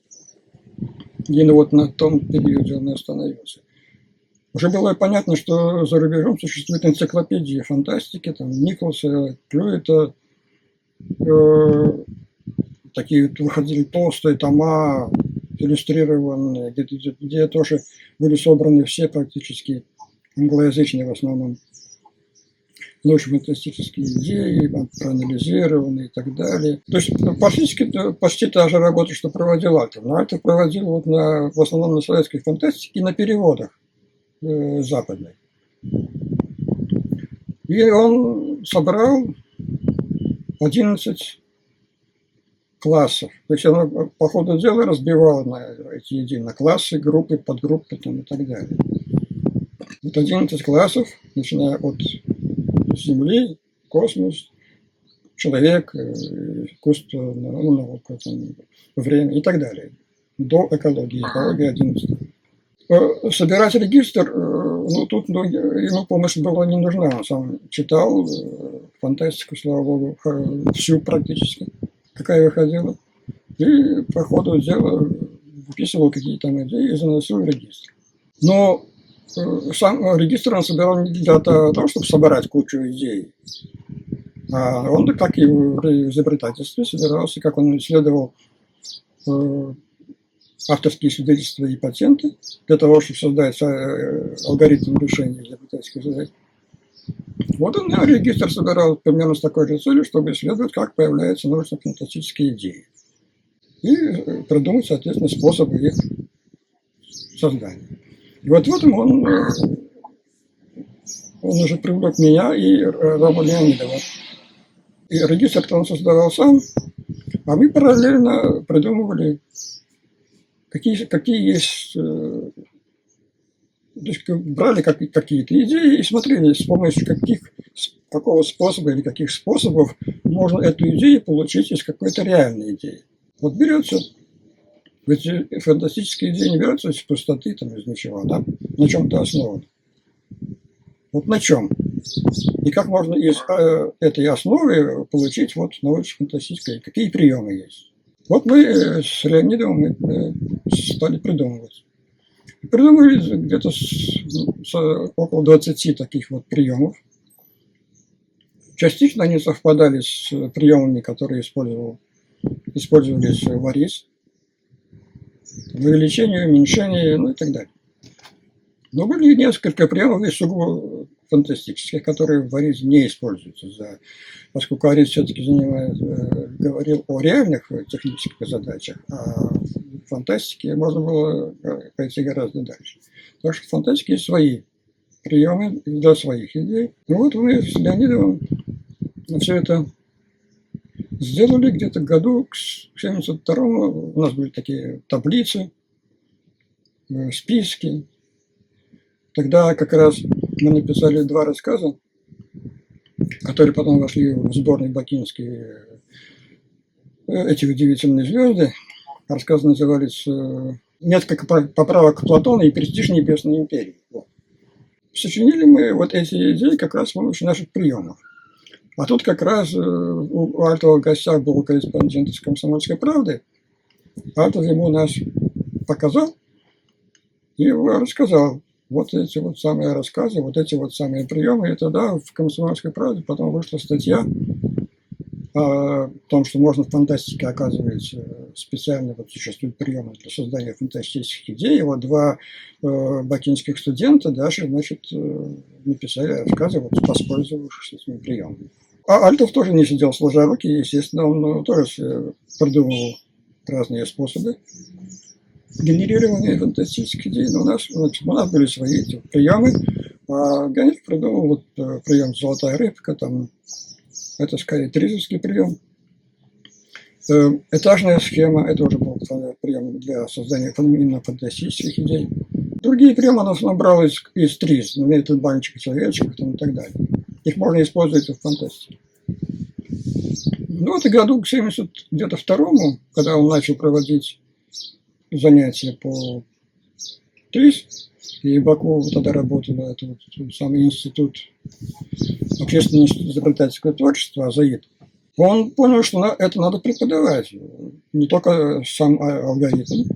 Speaker 2: И вот на том периоде он и остановился. Уже было понятно, что за рубежом существуют энциклопедии фантастики, там Николса, Клюэта, такие выходили толстые тома, иллюстрированные, где тоже были собраны все практически англоязычные в основном научно-фантастические идеи, проанализированные и так далее. То есть почти та же работа, что проводил Альтов. Но Альтов проводил в основном на советской фантастике и на переводах западной. И он собрал 11 классов. То есть он по ходу дела разбивал на эти едино классы, группы, подгруппы там, и так далее. Вот 11 классов, начиная от Земли, космос, человек, искусство, наука, время и так далее. До экологии. Экология 11. Собирать регистр, тут ему помощь была не нужна. Он сам читал фантастику, слава богу, всю практически, какая выходила. И по ходу дела выписывал какие-то там идеи и заносил в регистр. Но сам регистр он собирал не для того, чтобы собрать кучу идей. А он, как и в изобретательстве, собирался, как он исследовал авторские свидетельства и патенты для того, чтобы создать алгоритм решения изобретательских задач. Вот он регистр собирал примерно с такой же целью, чтобы исследовать, как появляются научно-фантастические идеи. И придумать, соответственно, способы их создания. И вот в этом он уже привлек меня и Рома Леонидова. И регистр-то он создавал сам, а мы параллельно придумывали, какие есть... То есть брали какие-то идеи и смотрели, с помощью какого способа или каких способов можно эту идею получить из какой-то реальной идеи. Вот берется... Ведь фантастические идеи не берутся из пустоты, там, из ничего, да? На чем-то основаны. Вот на чем? И как можно из этой основы получить вот научно-фантастическое? Какие приемы есть? Вот мы с Леонидовым стали придумывать. Придумали где-то около 20 таких вот приемов. Частично они совпадали с приемами, которые использовались в АРИС. Увеличение, уменьшение, ну и так далее. Но были несколько приемов сугубо фантастических, которые в АРИС не используются, поскольку АРИС все-таки говорил о реальных технических задачах, а в фантастике можно было пойти гораздо дальше. Так что в фантастике есть свои приемы для своих идей. Ну вот мы с Леонидовым все это сделали где-то к 72-му. У нас были такие таблицы списки. Тогда как раз мы написали 2 рассказа, которые потом вошли в сборник бакинский, эти удивительные звезды. Рассказы назывались «Несколько поправок к Платону и престиж Небесной империи». Вот. Сочинили мы вот эти идеи как раз с помощью наших приемов. А тут как раз у Альтова в гостях был корреспондент из «Комсомольской правды». Альтов ему нас показал и рассказал. Вот эти вот самые рассказы, вот эти вот самые приемы. И тогда в «Комсомольской правде» потом вышла статья о том, что можно в фантастике, оказывается, специально вот существуют приемы для создания фантастических идей. И вот 2 бакинских студента даже, значит, написали рассказы, вот, воспользовавшись этими приемами. А Альтов тоже не сидел сложа руки, естественно, он тоже придумывал разные способы генерирования фантастических идей. Но у нас были свои эти приемы. А Генрих придумал вот прием «Золотая рыбка», там, это скорее тризовский прием. Этажная схема, это уже был прием для создания именно фантастических идей. Другие приемы она набрала из триз, метод баночек, человечек и так далее. Их можно использовать в фантастике. Ну вот и году к 72-му, когда он начал проводить занятия по триз, и в Баку тогда работал этот вот самый институт, общественный институт изобретательского творчества, АЗАИД. Он понял, что это надо преподавать. Не только сам алгоритм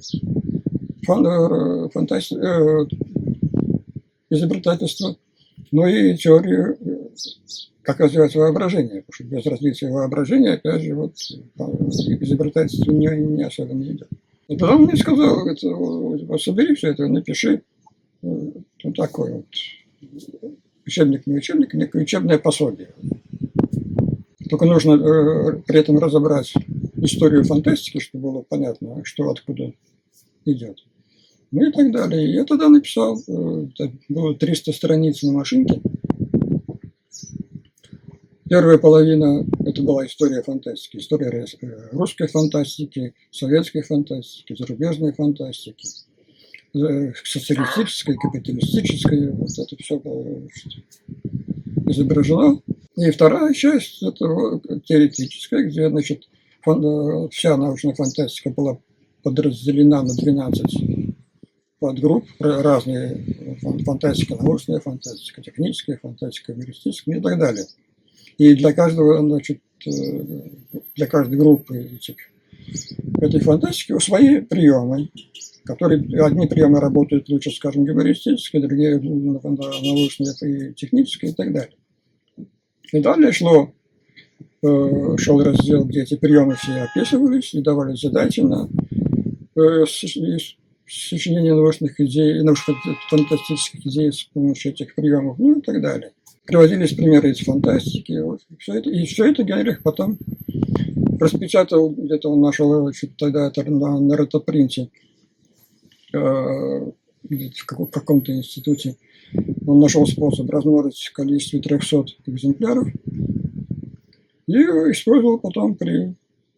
Speaker 2: изобретательства, но и теорию, как развивать воображение. Потому что без развития воображения, опять же, вот, изобретательство не особенно идет. И потом мне сказал, вот, собери все это, напиши вот такой вот учебник, не учебник, некое учебное пособие. Только нужно при этом разобрать историю фантастики, чтобы было понятно, что откуда идет. Ну и так далее. И я тогда написал, было 300 страниц на машинке. Первая половина – это была история фантастики. История русской фантастики, советской фантастики, зарубежной фантастики, социалистической, капиталистической. Вот это все было изображено. И вторая часть – это теоретическая, где, значит, вся научная фантастика была подразделена на 12 подгрупп, разные: фантастика научная, фантастика техническая, фантастика юмористическая и так далее. И для каждого, значит, для каждой группы этой фантастики свои приемы, которые одни приемы работают лучше, скажем, юмористические, другие научные и технические и так далее. И далее шел раздел, где эти приемы все описывались и давали задачи на сочинение научных идей, фантастических идей с помощью этих приемов, ну и так далее. Приводились примеры из фантастики. Вот, и все это Генрих потом распечатал, где-то он нашел тогда это на ротопринте, в каком-то институте. Он нашел способ размножить количество 300 экземпляров и использовал потом при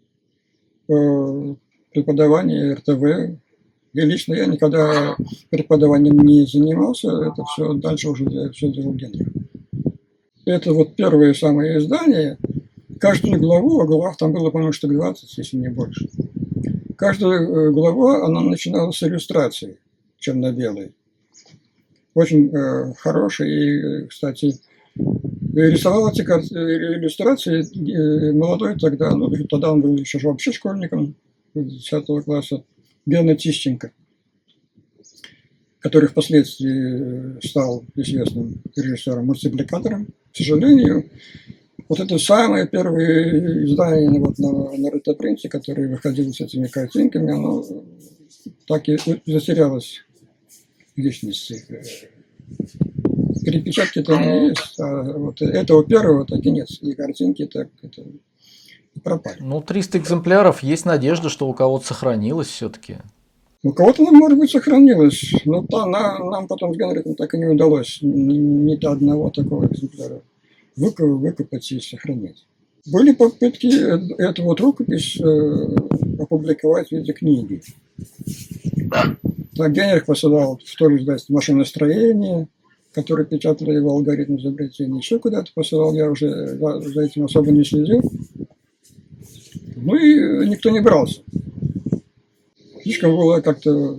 Speaker 2: преподавании РТВ. И лично я никогда преподаванием не занимался, это все дальше уже все делал Генрих. Это вот первое самое издание. Каждую главу, а глав там было, по-моему, штук 20, если не больше. Каждая глава, она начиналась с иллюстрации черно-белой. Очень хороший. И, кстати, рисовал эти иллюстрации молодой тогда, ну, тогда он был еще вообще школьником 10 класса, Гена Тищенко, который впоследствии стал известным режиссером-мультипликатором. К сожалению, вот это самое первое издание вот на ротопринте, которое выходило с этими картинками, оно так и затерялось в вечности. Перепечатки-то не есть, а вот этого первого так и нет. И картинки так это пропали.
Speaker 1: Ну, 300 экземпляров, есть надежда, что у кого-то сохранилось все-таки.
Speaker 2: У кого-то, может быть, сохранилось, но нам потом с Генрихом так и не удалось ни до одного такого экземпляра выкопать и сохранить. Были попытки эту вот рукопись опубликовать в виде книги. Генрих посылал в то же издательство «Машиностроение», который печатали его алгоритм изобретения. Еще куда-то посылал, я уже за этим особо не следил. Ну и никто не брался. Слишком было как-то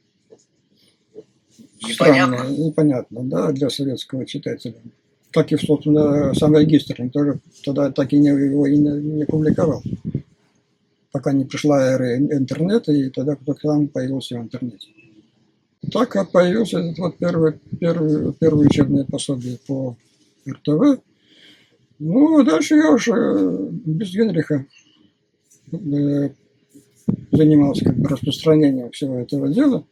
Speaker 2: странно, непонятно, да, для советского читателя. Как и, собственно, сам Гистерлинг тоже тогда так и его и не публиковал. Пока не пришла эра интернета, и тогда только там появился в интернете. Так как появился этот вот первое учебное пособие по РТВ, ну, дальше я уже без Генриха занимался как бы распространением всего этого дела.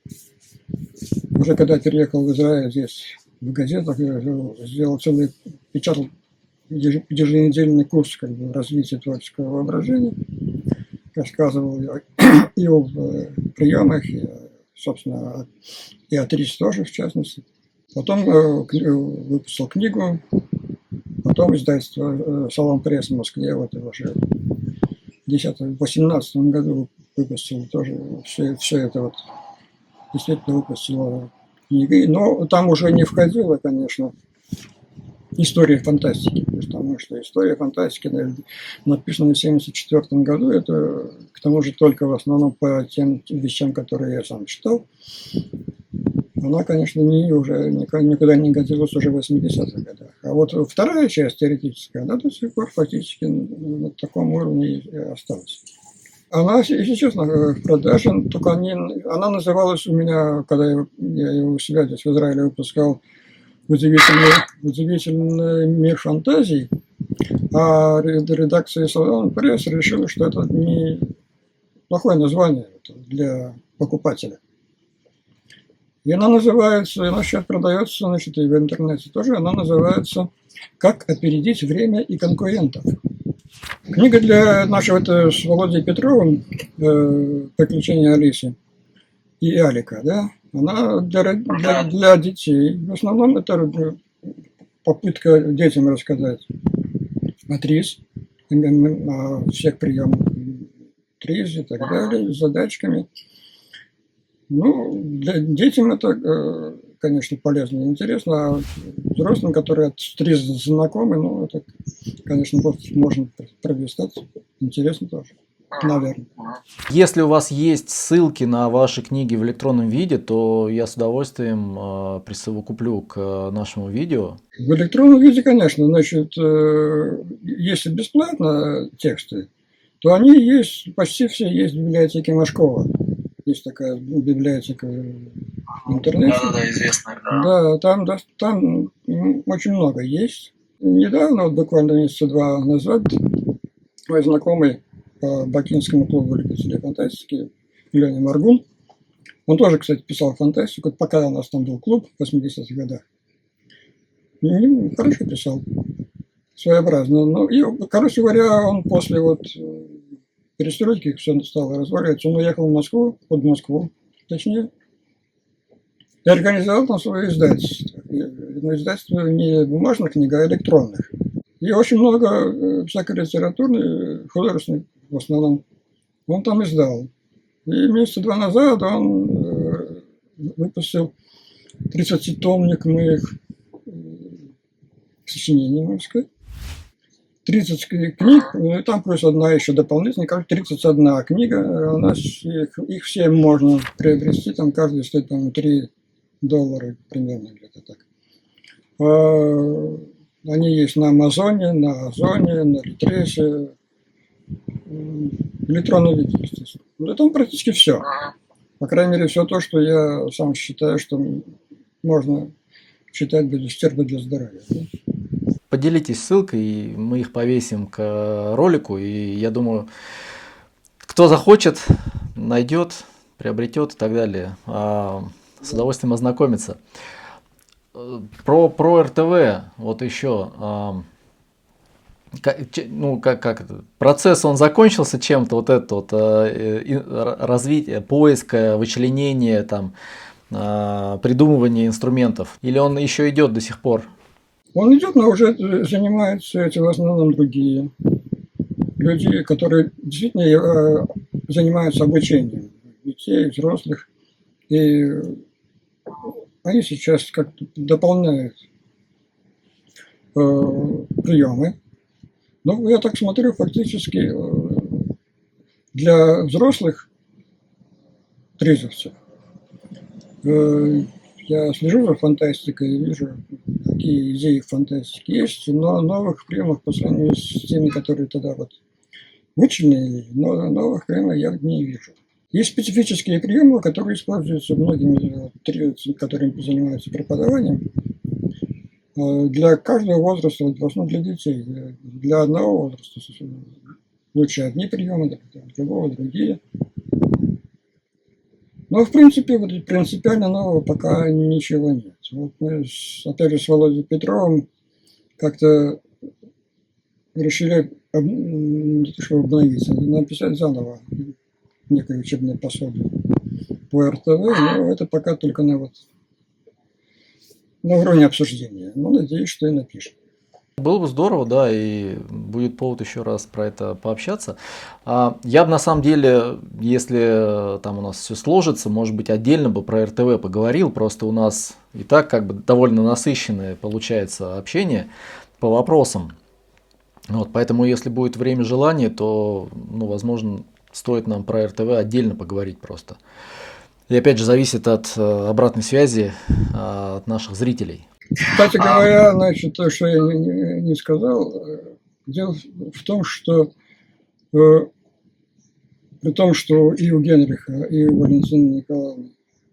Speaker 2: Уже когда переехал в Израиль, здесь в газетах я сделал печатал еженедельный курс как бы развития творческого воображения. Рассказывал и о приемах, и, собственно, и о ТРИС тоже, в частности. Потом выпустил книгу, потом издательство «Салон Пресс» в Москве, вот уже в 2018 году выпустил тоже все это вот, действительно выпустила книги. Но там уже не входило, конечно, история фантастики, потому что история фантастики, написанная в 1974 году, это к тому же только в основном по тем вещам, которые я сам читал. Она, конечно, уже никуда не годилась уже в 80-х годах. А вот вторая часть теоретическая, она до сих пор фактически на таком уровне и осталась. Она, если честно, в продаже, только она называлась у меня, когда я ее у себя здесь в Израиле выпускал, «Удивительный мир фантазий», а редакция «Салон Пресс» решила, что это не плохое название для покупателя. И она называется, она сейчас продается, значит, и в интернете тоже, она называется «Как опередить время и конкурентов». Книга для нашего, это с Володей Петровым «Приключения Алисы и Алика», да? Она для детей. В основном это попытка детям рассказать о ТРИС, о всех приемах ТРИС и так далее, с задачками. Ну, для детям это, конечно, полезно и интересно, а взрослым, которые с ТРИС знакомы, ну, это, конечно, можно пролистать. Интересно тоже. Наверное.
Speaker 1: Если у вас есть ссылки на ваши книги в электронном виде, то я с удовольствием присовокуплю к нашему видео.
Speaker 2: В электронном виде, конечно, значит, если бесплатно тексты, то они есть, почти все есть в библиотеке Машкова. Есть такая библиотека в интернете.
Speaker 3: Да, известная, да.
Speaker 2: Да, там очень много есть. Недавно, вот буквально месяца два назад, мой знакомый по Бакинскому клубу любителей фантастики Леня Маргун. Он тоже, кстати, писал фантастику, пока у нас там был клуб в 80-х годах. И хорошо писал, своеобразно. Ну, и, короче говоря, он после вот перестройки все стало разваливаться. Он уехал в Москву, под Москву, точнее, и организовал там свое издательство. Но издательство не бумажных книг, а электронных. И очень много всякой литературной, художественной, в основном, он там издал. И месяца два назад он выпустил 30-томник моих сочинений, можно сказать. 30 книг, там плюс одна еще дополнительная, как 31 книга. У нас их все можно приобрести, там каждый стоит, по-моему, $3 примерно, где-то так. Они есть на Амазоне, на Озоне, на Литресе, в электронном виде, естественно. Но там практически все. По крайней мере, все то, что я сам считаю, что можно читать без ущерба для здоровья.
Speaker 1: Поделитесь ссылкой, и мы их повесим к ролику. И я думаю, кто захочет, найдет, приобретет и так далее. С удовольствием ознакомится. Про РТВ, вот еще, как это, процесс, он закончился чем-то, вот это вот развитие, поиска, вычленение, там, придумывание инструментов, или он еще идет до сих пор?
Speaker 2: Он идет, но уже занимаются этим в основном другие люди, которые действительно занимаются обучением детей, взрослых. И они сейчас как-то дополняют приемы. Ну, я так смотрю, фактически для взрослых тризовцев я слежу за фантастикой и вижу, какие идеи фантастики есть, но новых приемов по сравнению с теми, которые тогда вот вычленили, но новых приемов я не вижу. Есть специфические приемы, которые используются многими тризовцами, которые занимаются преподаванием. Для каждого возраста, в основном для детей, для одного возраста лучше одни приемы, для другого другие. Но, в принципе, вот принципиально нового пока ничего нет. Вот мы, опять же, с Володей Петровым как-то решили не то чтобы обновиться, написать заново некое учебное пособие по РТВ, но это пока только на уровне обсуждения. Но надеюсь, что и напишем.
Speaker 1: Было бы здорово, да, и будет повод еще раз про это пообщаться. Я бы на самом деле, если там у нас все сложится, может быть, отдельно бы про РТВ поговорил, просто у нас и так как бы довольно насыщенное получается общение по вопросам. Вот, поэтому, если будет время, желание, то, возможно, стоит нам про РТВ отдельно поговорить просто. И опять же, зависит от обратной связи от наших зрителей.
Speaker 2: Кстати говоря, значит, то, что я не сказал, дело в том, что при том, что и у Генриха, и у Валентины Николаевны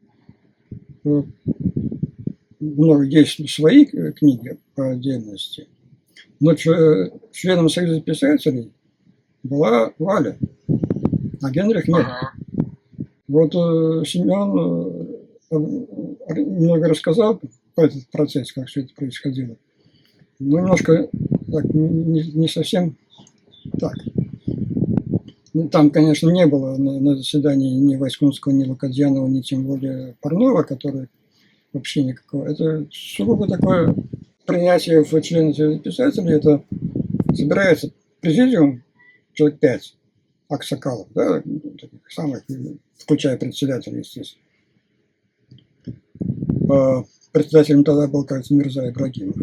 Speaker 2: много есть свои книги по отдельности, но членом Союза писателей была Валя, а Генрих нет. Вот Семен немного рассказал про этот процесс, как все это происходило. Но немножко так, не совсем так. Там, конечно, не было на заседании ни Войскунского, ни Лукадьянова, ни тем более Парнова, который вообще никакого. Это сугубо такое принятие в члены Союза писателей. Это собирается президиум, человек 5 аксакалов, да, таких самых, включая председателя, естественно. Председателем тогда был, кажется, Мирза Ибрагимов.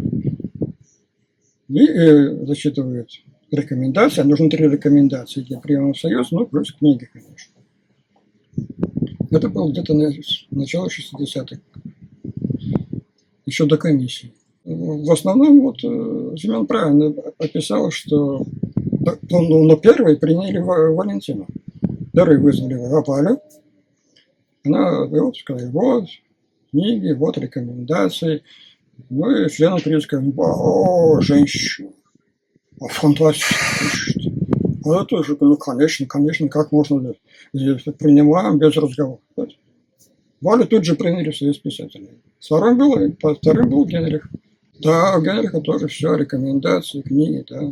Speaker 2: И зачитывают рекомендации. Нужно 3 рекомендации для приема в Союз, плюс книги, конечно. Это было где-то начало 60-х. Еще до комиссии. В основном, Семен правильно описал, что первые приняли Валентину. Первые вызвали Валю. Она сказала, книги, рекомендации. И члены триза сказали, женщина, фантастика. Это тоже, конечно, как можно принимаем без разговора. Валю тут же приняли в Союз писателей. Вторым был Генрих. Да, у Генриха тоже все, рекомендации, книги, да.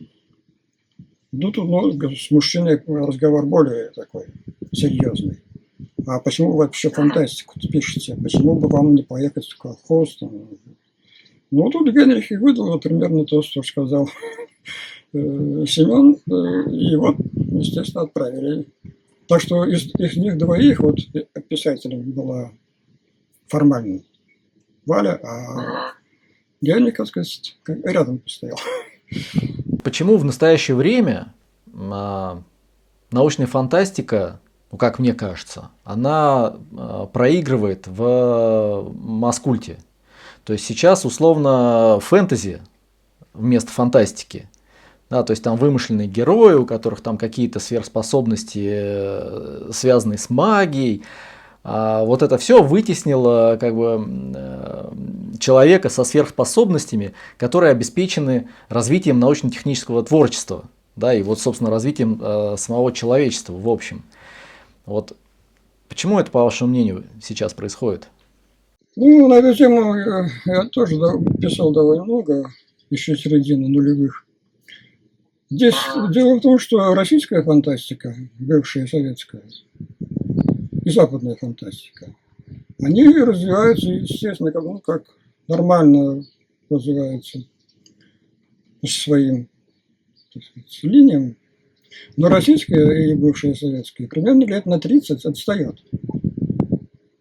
Speaker 2: Тут, с мужчиной разговор более такой серьезный. А почему вы вообще фантастику пишете? Почему бы вам не поехать в колхоз? Тут Генрих и выдал примерно то, что сказал Семен. И естественно, отправили. Так что из них двоих писателем была формально Валя, а Генрих, так сказать, рядом постоял.
Speaker 1: Почему в настоящее время научная фантастика, как мне кажется, она проигрывает в маскульте? То есть сейчас условно фэнтези вместо фантастики. Да, то есть там вымышленные герои, у которых там какие-то сверхспособности, связанные с магией. Вот это все вытеснило человека со сверхспособностями, которые обеспечены развитием научно-технического творчества, да, и собственно, развитием самого человечества в общем. Почему это, по вашему мнению, сейчас происходит?
Speaker 2: На эту тему я тоже писал довольно много, еще с середины нулевых. Здесь дело в том, что российская фантастика, бывшая советская, и западная фантастика, они развиваются, естественно, как нормально развиваются по своим, так сказать, линиям. Но российская и бывшая советская примерно лет на 30 отстает.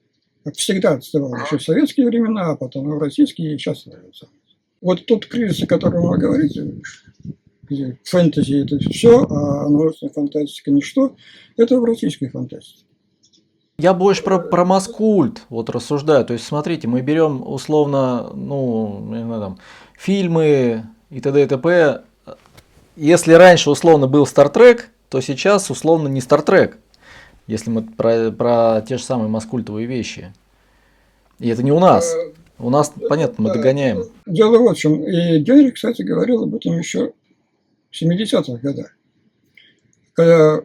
Speaker 2: Всегда отставал. Еще в советские времена, а потом и в российские, и сейчас нравится. Вот тот кризис, о котором вы говорите, где фэнтези – это все, а научная фантастика – ничто, это в российской фантастике.
Speaker 1: Я больше про маскульт вот рассуждаю. То есть, смотрите, мы берем условно, ну, не знаю, там, фильмы и т.д. и т.п. Если раньше условно был Стартрек, то сейчас условно не Стартрек. Если мы про те же самые маскультовые вещи. И это не у нас. У нас, понятно, мы догоняем.
Speaker 2: Дело вот в чем. И Генри, кстати, говорил об этом еще в 70-х годах. Когда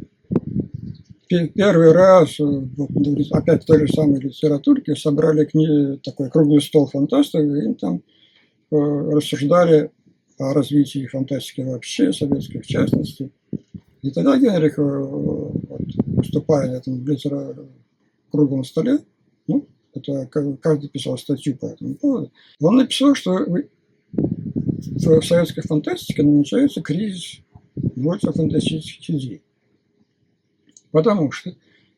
Speaker 2: первый раз, вот, опять в той же самой литературке, собрали такой круглый стол фантастов, и им там рассуждали о развитии фантастики вообще, советской в частности. И тогда Генрих, вот, выступая на этом круглом столе, ну, это каждый писал статью по этому поводу, он написал, что в советской фантастике намечается кризис научно-фантастических идей. Потому что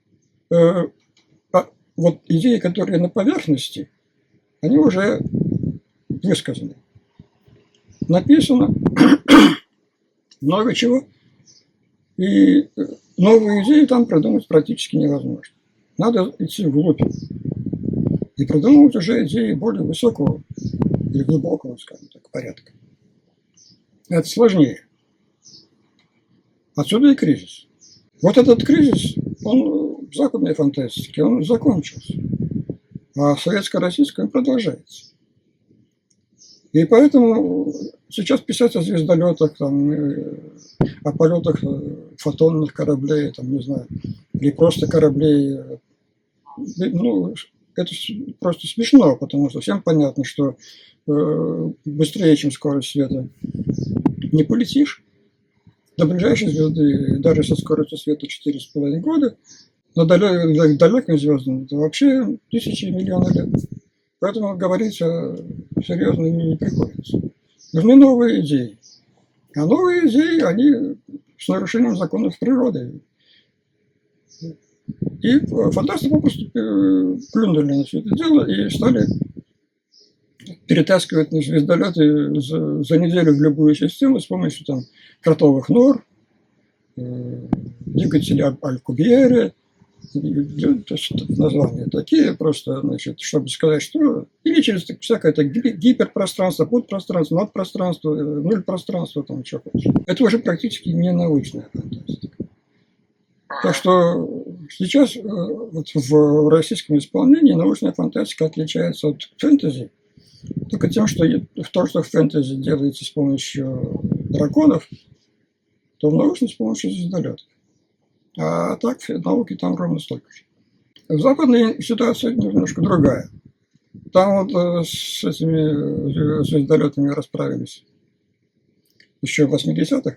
Speaker 2: вот идеи, которые на поверхности, они уже высказаны. Написано много чего, и новые идеи там продумать практически невозможно. Надо идти вглубь и продумывать уже идеи более высокого или глубокого, скажем так, порядка. Это сложнее. Отсюда и кризис. Вот этот кризис, он в западной фантастике, он закончился, а в советско-российской он продолжается. И поэтому сейчас писать о звездолетах, там, о полетах фотонных кораблей, там, не знаю, или просто кораблей, ну, это просто смешно, потому что всем понятно, что быстрее, чем скорость света, не полетишь. До ближайшей звезды, даже со скоростью света 4,5 года, но далеким звездам это вообще тысячи и миллионы лет. Поэтому говорить серьезно не приходится. Нужны новые идеи. А новые идеи, они с нарушением законов природы. И фантасты попросту плюнули на все это дело и стали перетаскивать на звездолеты за неделю в любую систему с помощью там кротовых нор, двигателей Алькубьерри, названия такие просто, значит, чтобы сказать, что или через всякое это гиперпространство, подпространство, надпространство, нуль пространство, там что хочешь. Это уже практически не научная фантастика. Так что сейчас вот в российском исполнении научная фантастика отличается от фэнтези только тем, что в фэнтези делается с помощью драконов, то в научном с помощью звездолетов. А так в науке там ровно столько же. В западной ситуация немножко другая. Там вот с этими звездолетами расправились еще в 80-х.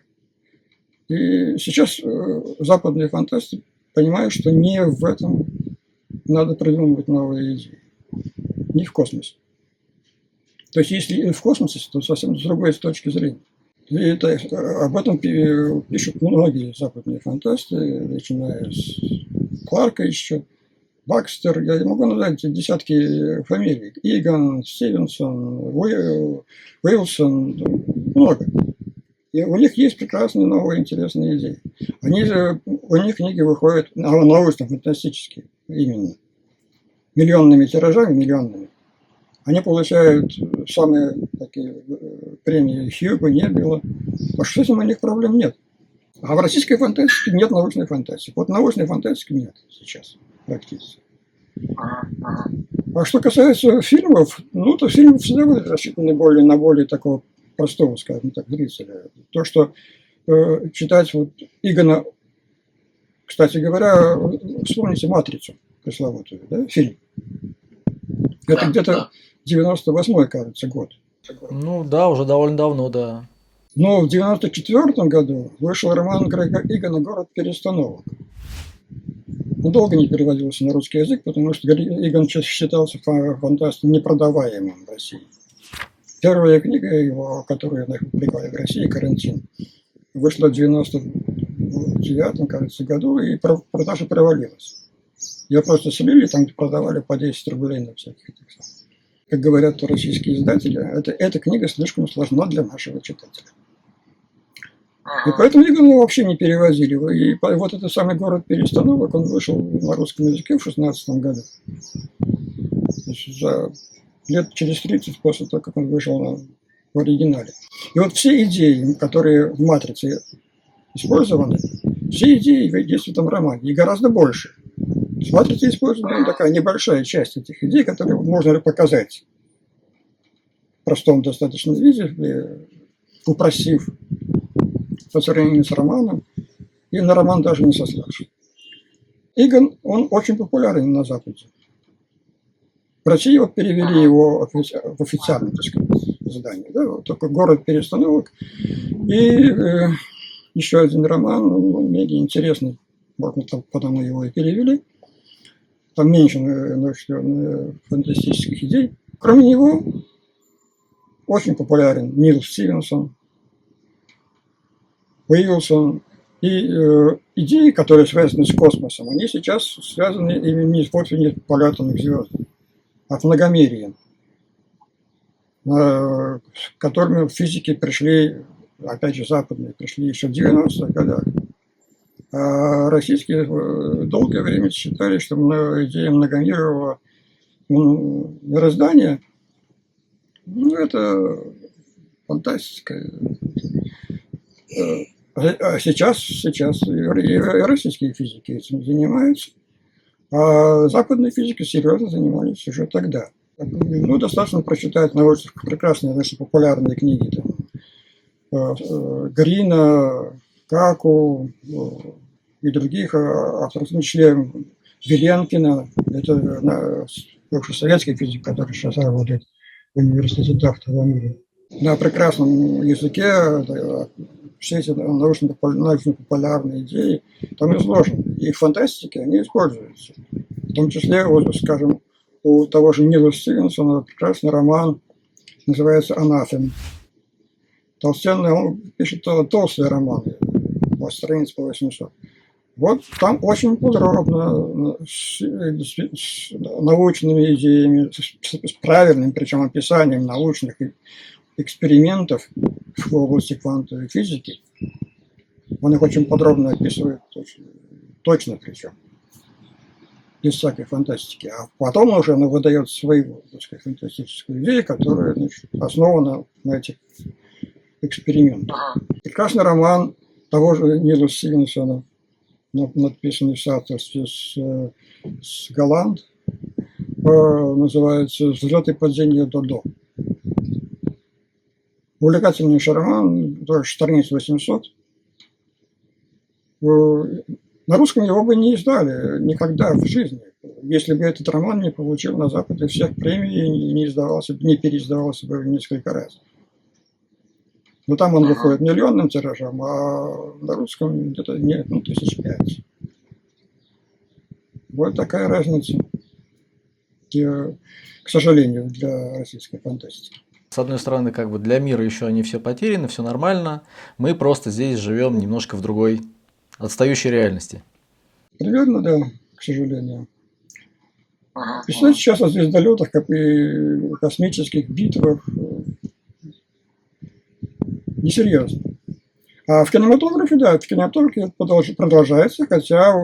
Speaker 2: И сейчас западные фантасты понимают, что не в этом надо придумывать новые идеи. Не в космосе. То есть, если в космосе, то совсем с другой точки зрения. И об этом пишут многие западные фантасты, начиная с Кларка еще, Бакстер, я не могу назвать десятки фамилий. Иган, Стивенсон, Уилсон, много. И у них есть прекрасные новые интересные идеи. У них книги выходят научно-фантастические именно. Миллионными тиражами. Они получают самые такие премии Хьюго, Небела. А что с этим у них проблем нет. А в российской фантастике нет научной фантастики. Вот научной фантастики нет сейчас практически. А что касается фильмов, ну, то фильмы всегда будут рассчитаны на более такого простого, скажем так, зрителя. То, что читать вот Игона, кстати говоря, вспомните «Матрицу» пресловутую, да, фильм. Это где-то 98-й, кажется, год.
Speaker 1: Ну да, уже довольно давно, да.
Speaker 2: Но в 94-м году вышел роман Грега Игона «Город перестановок». Он долго не переводился на русский язык, потому что Игон считался фантастом непродаваемым в России. Первая книга его, которую опубликовали в России, «Карантин», вышла в 99-м, кажется, году, и продажа провалилась. Ее просто селили, там продавали по 10 рублей на всяких этих самых. Как говорят российские издатели, эта книга слишком сложна для нашего читателя. И поэтому Игоря вообще не перевозили. И вот этот самый город перестановок, он вышел на русском языке в 16 году. То есть за лет через 30 после того, как он вышел в оригинале. И вот все идеи, которые в «Матрице» использованы, все идеи есть в этом романе, и гораздо больше. В «Матрице» использована такая небольшая часть этих идей, которые можно показать в простом достаточно виде, упростив по сравнению с романом, и на роман даже не сослался. Игон, он очень популярен на Западе. В России вот перевели его в официальное, так сказать, издание. Да? Вот только «Город перестановок». И еще один роман, он менее интересный, можно потому его и перевели. Там меньше фантастических идей. Кроме него, очень популярен Нил Стивенсон, Уилсон. И идеи, которые связаны с космосом, они сейчас связаны именно вовсе не с полетом к звездам, а с многомерием, к которым физики пришли, опять же западные, пришли еще в 90-х годах. А российские долгое время считали, что идея многомирового мироздания, это фантастика. А сейчас и российские физики этим занимаются, а западные физики серьезно занимались уже тогда. Достаточно прочитать научно прекрасные, значит, популярные книги там, Грина, Каку и других авторов, в том числе Веленкина, это бывший советский физик, который сейчас работает в университетах в мире. На прекрасном языке все эти научно-популярные идеи там изложены. И в фантастике они используются. В том числе, вот, скажем, у того же Нила Стивенсона прекрасный роман, называется «Анафем». Толстенный, он пишет толстые романы, по страниц по 800. Вот там очень подробно, с научными идеями, с правильным, причем описанием научных экспериментов в области квантовой физики. Он их очень подробно описывает, точно причем, без всякой фантастики. А потом уже он выдает свою, так сказать, фантастическую идею, которая, значит, основана на этих экспериментах. Прекрасный роман того же Нила Стивенсона, написанный в соавторстве с Голланд, называется «Взлет и падение Додо». Увлекательнейший роман, тоже страниц 800. На русском его бы не издали никогда в жизни, если бы этот роман не получил на Западе всех премий и не издавался, не переиздавался бы несколько раз. Но там он выходит миллионным тиражом, а на русском где-то 1005. Вот такая разница, к сожалению, для российской фантастики.
Speaker 1: С одной стороны, как бы для мира еще не все потеряно, все нормально. Мы просто здесь живем немножко в другой, отстающей реальности.
Speaker 2: Примерно, да, к сожалению. Писать сейчас о звездолетах, как и космических битвах, несерьезно. А в кинематографе, да, в кинематографе продолжается, хотя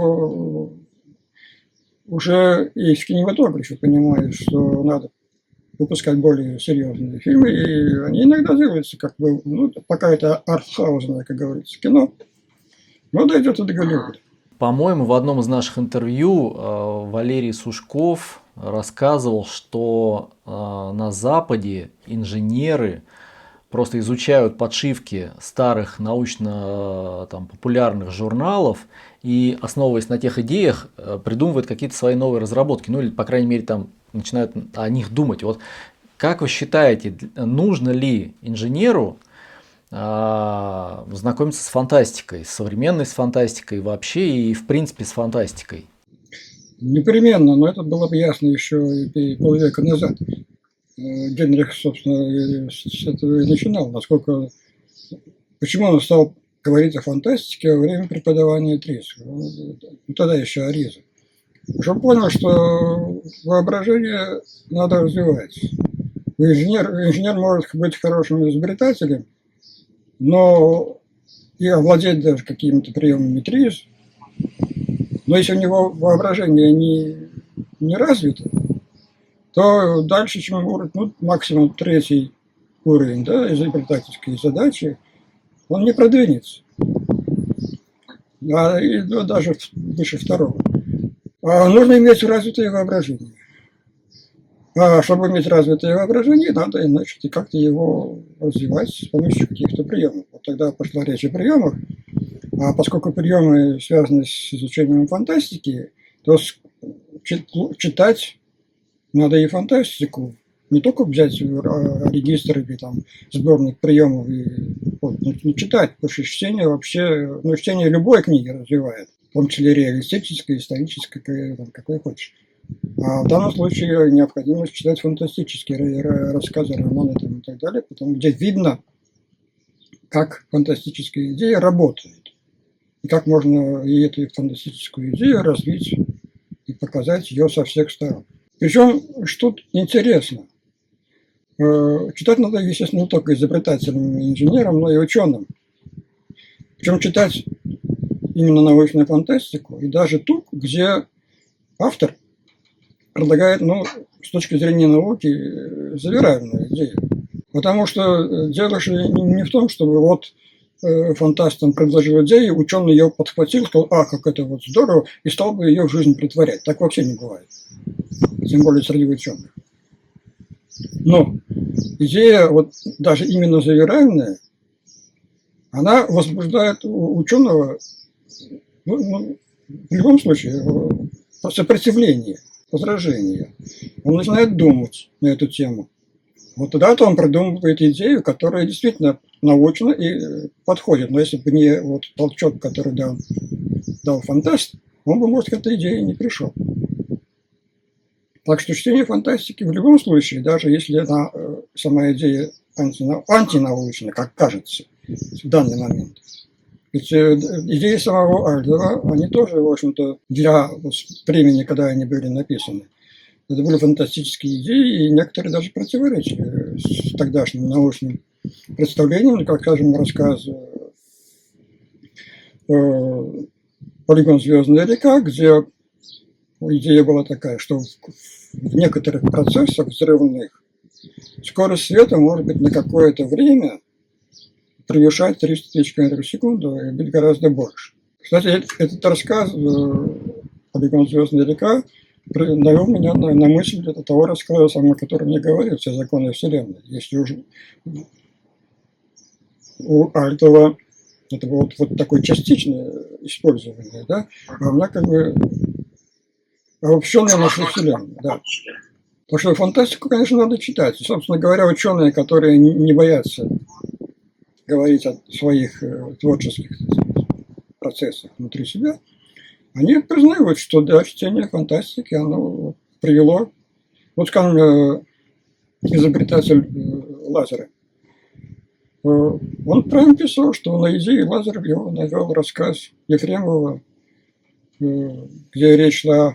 Speaker 2: уже и в кинематографе понимают, что надо выпускать более серьезные фильмы, и они иногда делаются, как бы, пока это артхаузное, как говорится, кино, но дойдет и до Голливуда.
Speaker 1: По-моему, в одном из наших интервью Валерий Сушков рассказывал, что на Западе инженеры просто изучают подшивки старых научно-популярных журналов и, основываясь на тех идеях, придумывают какие-то свои новые разработки, или, по крайней мере, там начинают о них думать. Вот как вы считаете, нужно ли инженеру знакомиться с фантастикой, с современной с фантастикой вообще и в принципе с фантастикой?
Speaker 2: Непременно, но это было бы ясно еще и полвека назад. Генрих, собственно, с этого и начинал. Почему он стал говорить о фантастике во время преподавания ТРИС? Тогда еще Ариза. Чтобы понял, что воображение надо развивать. Инженер может быть хорошим изобретателем, но и овладеть даже какими-то приемами ТРИЗ, но если у него воображение не развито, то дальше, чем уровень, ну, максимум третий уровень, да, изобретательской задачи, он не продвинется. И даже выше второго. Нужно иметь развитое воображение. А чтобы иметь развитое воображение, надо, значит, как-то его развивать с помощью каких-то приемов. Вот тогда пошла речь о приемах. А поскольку приемы связаны с изучением фантастики, то читать надо и фантастику. Не только взять регистр или там сборник приемов и вот, но читать, потому что чтение вообще, ну, чтение любой книги развивает, в том числе реалистической, исторической, какой хочешь. А в данном случае необходимо читать фантастические рассказы, романы там, и так далее, потому где видно, как фантастическая идея работает. И как можно и эту фантастическую идею развить и показать ее со всех сторон. Причем, что интересно, читать надо, естественно, не только изобретателям и инженерам, но и ученым. Причем читать именно научную фантастику, и даже ту, где автор предлагает, ну, с точки зрения науки, завиральную идею. Потому что дело же не в том, чтобы вот фантаст там предложил идею, ученый ее подхватил, сказал, как это вот здорово, и стал бы ее в жизнь притворять. Так вообще не бывает. Тем более среди ученых. Но идея, вот даже именно завиральная, она возбуждает у ученого, в любом случае, сопротивление, возражение. Он начинает думать на эту тему. Вот тогда-то он придумывает идею, которая действительно научна и подходит. Но если бы не вот толчок, который дал фантаст, он бы, может, к этой идее не пришел. Так что чтение фантастики в любом случае, даже если она, сама идея антинаучна, как кажется в данный момент. Ведь идеи самого Альдова, они тоже, в общем-то, для времени, когда они были написаны, это были фантастические идеи, и некоторые даже противоречили с тогдашним научным представлением, как, скажем, рассказ «Полигон Звездная река», где идея была такая, что в некоторых процессах взрывных скорость света может быть на какое-то время превышать 300 тысяч км в секунду и быть гораздо больше. Кстати, этот рассказ «Полигон Звездная река» навел меня на мысль того рассказа, о котором я говорил, «Все законы Вселенной». Если уже у Альтова это было вот такое частичное использование, да, а у меня как бы обобщенная наша Вселенная, да. Потому что фантастику, конечно, надо читать. И, собственно говоря, ученые, которые не боятся говорить о своих творческих процессах внутри себя, они признают, что да, чтение фантастики, оно привело, вот, скажем, изобретатель лазера. Он прямо писал, что на идее лазера его навел рассказ Ефремова, где речь шла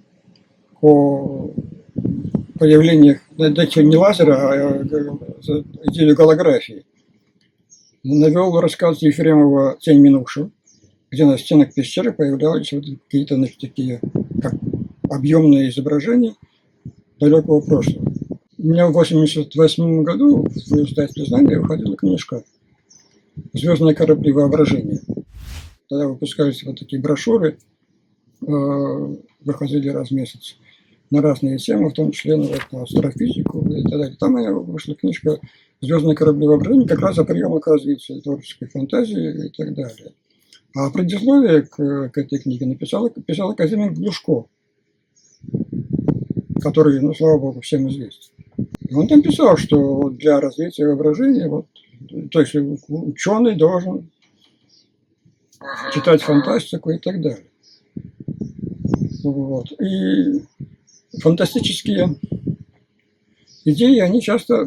Speaker 2: о появлении, не лазера, а идею голографии. Навел рассказ Ефремова «Тень минувшего», где на стенах пещеры появлялись вот какие-то, значит, такие как объемные изображения далекого прошлого. У меня в 1988 году в издательстве «Знамя» выходила книжка «Звездные корабли воображения». Тогда выпускались вот такие брошюры, выходили раз в месяц на разные темы, в том числе на астрофизику и так далее. Там у меня вышла книжка «Звездные корабли воображения», как раз о приемах развития творческой фантазии и так далее. А предисловие к этой книге писал академик Глушко, который, ну, слава богу, всем известен. И он там писал, что для развития воображения, вот, то есть ученый должен читать фантастику и так далее. Вот. И фантастические идеи, они часто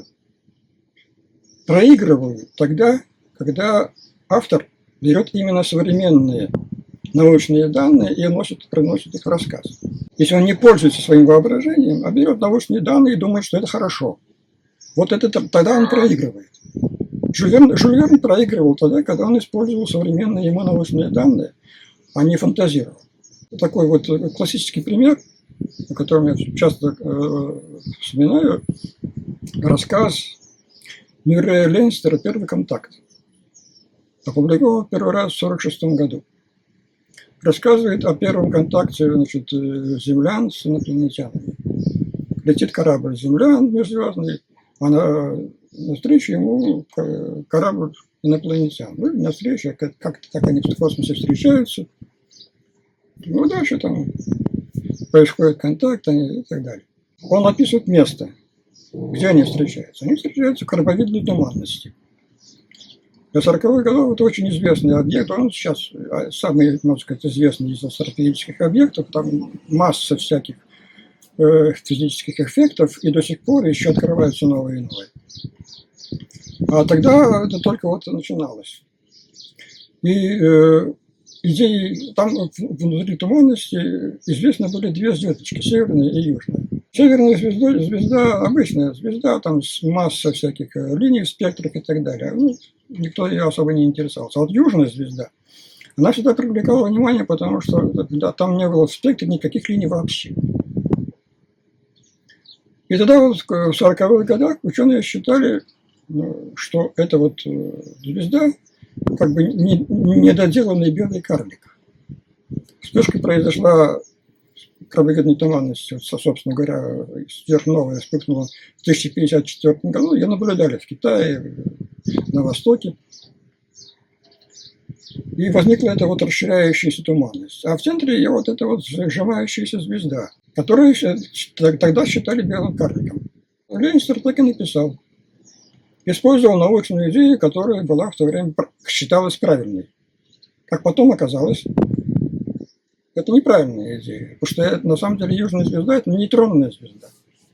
Speaker 2: проигрывают тогда, когда автор берет именно современные научные данные и приносит их в рассказ. Если он не пользуется своим воображением, а берет научные данные и думает, что это хорошо, вот это тогда он проигрывает. Жюль Верн проигрывал тогда, когда он использовал современные ему научные данные, а не фантазировал. Такой вот классический пример, о котором я часто вспоминаю, рассказ Мюррея Ленстера «Первый контакт», опубликован первый раз в 1946 году. Рассказывает о первом контакте, значит, землян с инопланетянами. Летит корабль землян межзвездный, а навстречу ему корабль инопланетян. Ну, навстречу, как-то так они в космосе встречаются. Ну, дальше там происходит контакт и так далее. Он описывает место, где они встречаются. Они встречаются в крабовидной туманности. До 40-х годов это очень известный объект. Он сейчас самый, можно сказать, известный из астрофизических объектов. Там масса всяких физических эффектов, и до сих пор еще открываются новые и новые. А тогда это только вот начиналось. И идеи, там внутри туманности известны были две звездочки, северная и южная. Северная звезда обычная звезда, там масса всяких линий в спектрах и так далее. Ну, никто ее особо не интересовался. А вот южная звезда, она всегда привлекала внимание, потому что да, там не было в спектре никаких линий вообще. И тогда вот в 40-х годах ученые считали, что это вот звезда как бы недоделанный белый карлик. Вспышка произошла в крабовидной туманности, собственно говоря, сверхновая вспыхнула в 1054 году. Ее наблюдали в Китае, на Востоке. И возникла эта вот расширяющаяся туманность. А в центре ее вот эта вот сжимающаяся звезда, которую тогда считали белым карликом. Ленстер так и написал. Использовал научную идею, которая была в то время считалась правильной. Как потом оказалось, это неправильная идея, потому что это, на самом деле южная звезда – это нейтронная звезда.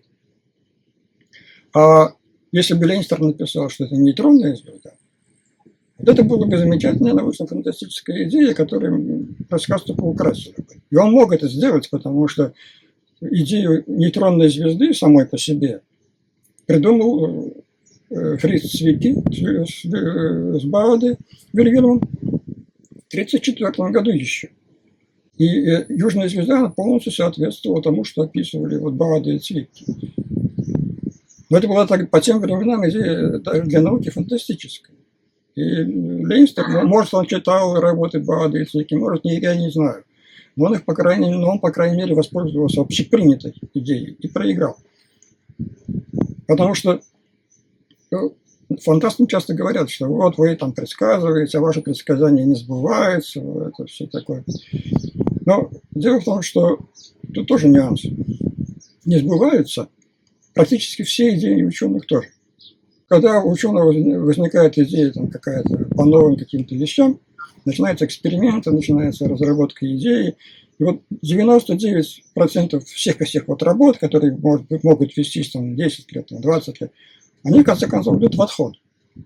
Speaker 2: А если бы Ленстер написал, что это нейтронная звезда, вот это была бы замечательная научно-фантастическая идея, которая рассказ только украсила бы. И он мог это сделать, потому что идею нейтронной звезды самой по себе придумал Фриц Цвикки с Бааде Вильгельмом в 1934 году еще. И южная звезда она полностью соответствовала тому, что описывали вот Бааде и Цвикки. Но это была по тем временам идея для науки фантастическая. И Ленстер, может, он читал работы Бааде и Цвикки, может, я не знаю. Но он, по крайней мере, воспользовался общепринятой идеей и проиграл. Потому что фантастам часто говорят, что вот вы там предсказываете, а ваши предсказания не сбываются, это все такое. Но дело в том, что тут тоже нюанс. Не сбываются практически все идеи ученых тоже. Когда у ученого возникает идея там, какая-то по новым каким-то вещам, начинаются эксперименты, начинается разработка идеи. И вот 99% всех вот работ, которые могут вестись там, 10 лет, там, 20 лет, они в конце концов идут в отход.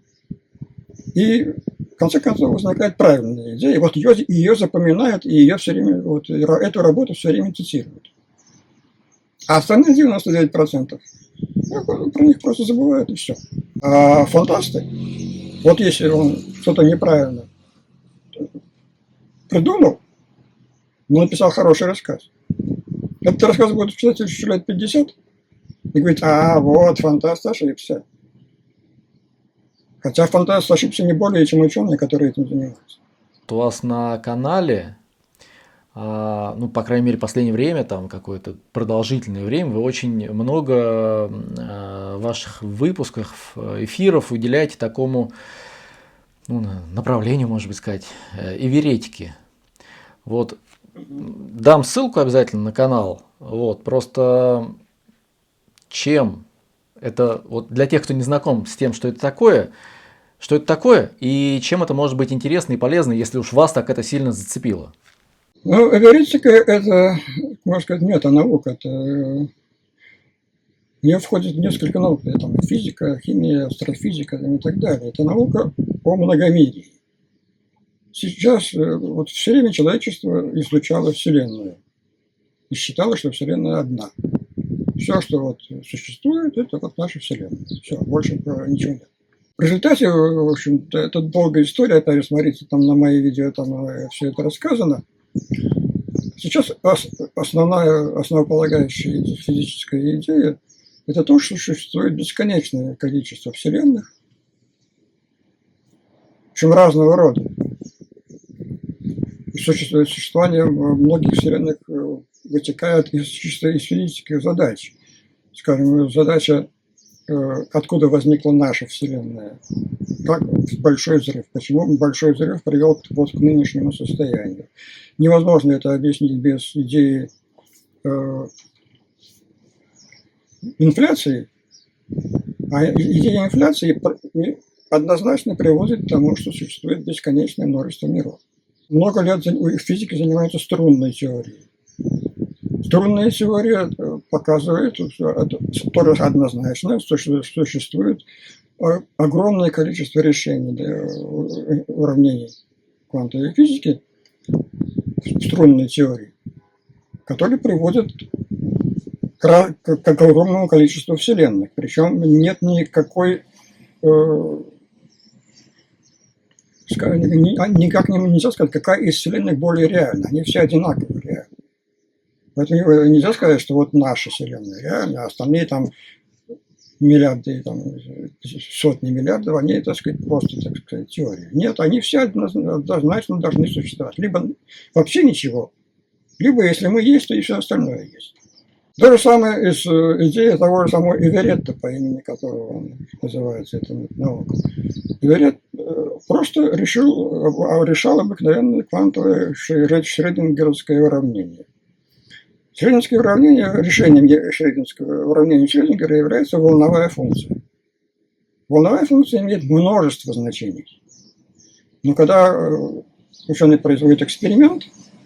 Speaker 2: И в конце концов возникает правильная идея. И вот ее запоминают, и ее все время, вот, эту работу все время цитируют. А остальные 99% про них просто забывают, и все. А фантасты, вот если он что-то неправильно придумал, но написал хороший рассказ, этот рассказ будет читать еще лет 50, и говорит, вот, фантаст ошибся. Хотя фантаст ошибся не более, чем ученые, которые этим занимаются.
Speaker 1: У вас на канале, ну, по крайней мере, в последнее время, там, какое-то продолжительное время, вы очень много в ваших выпусках, эфиров уделяете такому, ну, направлению, можно сказать, эверетики. Вот, дам ссылку обязательно на канал. Вот, просто чем это, вот для тех, кто не знаком с тем, что это такое, и чем это может быть интересно и полезно, если уж вас так это сильно зацепило.
Speaker 2: Ну, эверетика – это, можно сказать, метанаука. В нее входит несколько наук. Там физика, химия, астрофизика и так далее. Это наука о многомерии. сейчас вот все время человечество изучало Вселенную и считало, что Вселенная одна. Все, что вот существует, это вот наша Вселенная. Все, больше ничего нет. В результате, в общем-то, это долгая история, опять же, смотрите, там на мои видео там все это рассказано. Сейчас основополагающая физическая идея – это то, что существует бесконечное количество вселенных, причем разного рода. И существование многих вселенных вытекает чисто из физических задач. Скажем, задача, откуда возникла наша Вселенная, как большой взрыв, почему большой взрыв привел вот к нынешнему состоянию. Невозможно это объяснить без идеи инфляции, а идея инфляции однозначно приводит к тому, что существует бесконечное множество миров. Много лет физики занимаются струнной теорией. Струнная теория показывает тоже однозначно, что существует огромное количество решений уравнений квантовой физики в струнной теории, которые приводят к огромному количеству вселенных. Причем нет никакой, никак нельзя сказать, какая из вселенных более реальна. Они все одинаково реальны. Поэтому нельзя сказать, что вот наша Вселенная реальна, а остальные там миллиарды, там, сотни миллиардов, они, так сказать, просто, так сказать, теория. Нет, они все однозначно должны существовать. Либо вообще ничего, либо если мы есть, то и все остальное есть. То же самое из идеи того же самого Эверетта, по имени которого он называется, эта наука. Эверетт просто решал обыкновенное квантовое шрёдингеровское уравнение. Шрёдингерское уравнение, решением Шрёдингерского уравнения Шрёдингера является волновая функция. Волновая функция имеет множество значений. Но когда ученый производит эксперимент,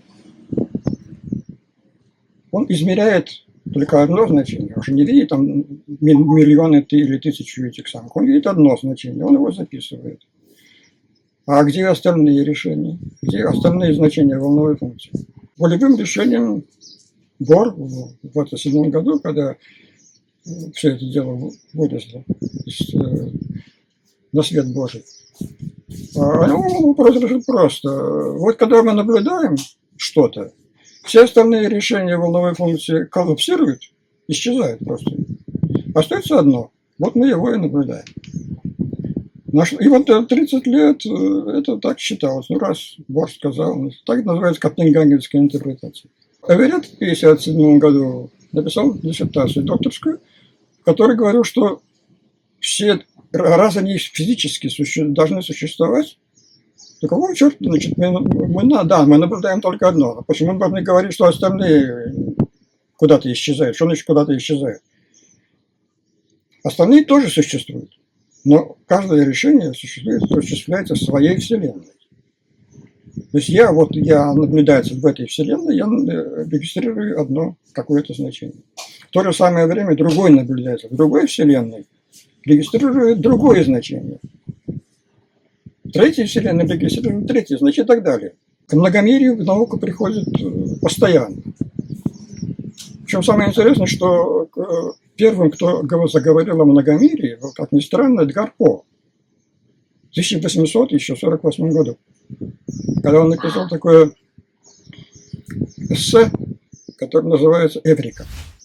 Speaker 2: он измеряет только одно значение. Он уже не видит там миллионы или тысячу этих самых. Он видит одно значение, он его записывает. А где остальные решения? Где остальные значения волновой функции? Волевым решением Бор в 1927 году, когда все это дело вылезло на свет Божий, оно произошло просто. Вот когда мы наблюдаем что-то, все остальные решения волновой функции коллапсируют, исчезают просто. Остается одно. Вот мы его и наблюдаем. И вот 30 лет это так считалось. Ну, раз Бор сказал, так называется коптенгагенская интерпретация. Эверетт в 1957 году написал диссертацию докторскую, в которой говорил, что все, раз они физически должны существовать, то какого черта, значит, мы наблюдаем только одно. А почему мы должны говорить, что остальные куда-то исчезают? Что значит куда-то исчезают? Остальные тоже существуют. Но каждое решение осуществляется в своей вселенной. То есть я наблюдатель в этой вселенной, я регистрирую одно какое-то значение. В то же самое время другой наблюдатель в другой вселенной регистрирует другое значение. Третья вселенная регистрирует третье, значит, и так далее. К многомерию наука приходит постоянно. Причем самое интересное, что первым, кто заговорил о многомерии, был, как ни странно, Эдгар По. В 1848 году. Когда он написал такое эссе, которое называется «Эврика».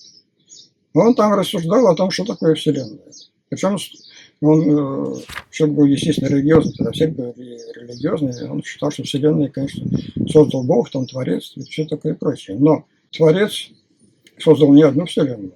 Speaker 2: Он там рассуждал о том, что такое Вселенная. Причем он человек был, естественно, религиозный, тогда все были религиозные. Он считал, что Вселенная, конечно, создал Бог, там Творец и все такое прочее. Но Творец создал не одну Вселенную,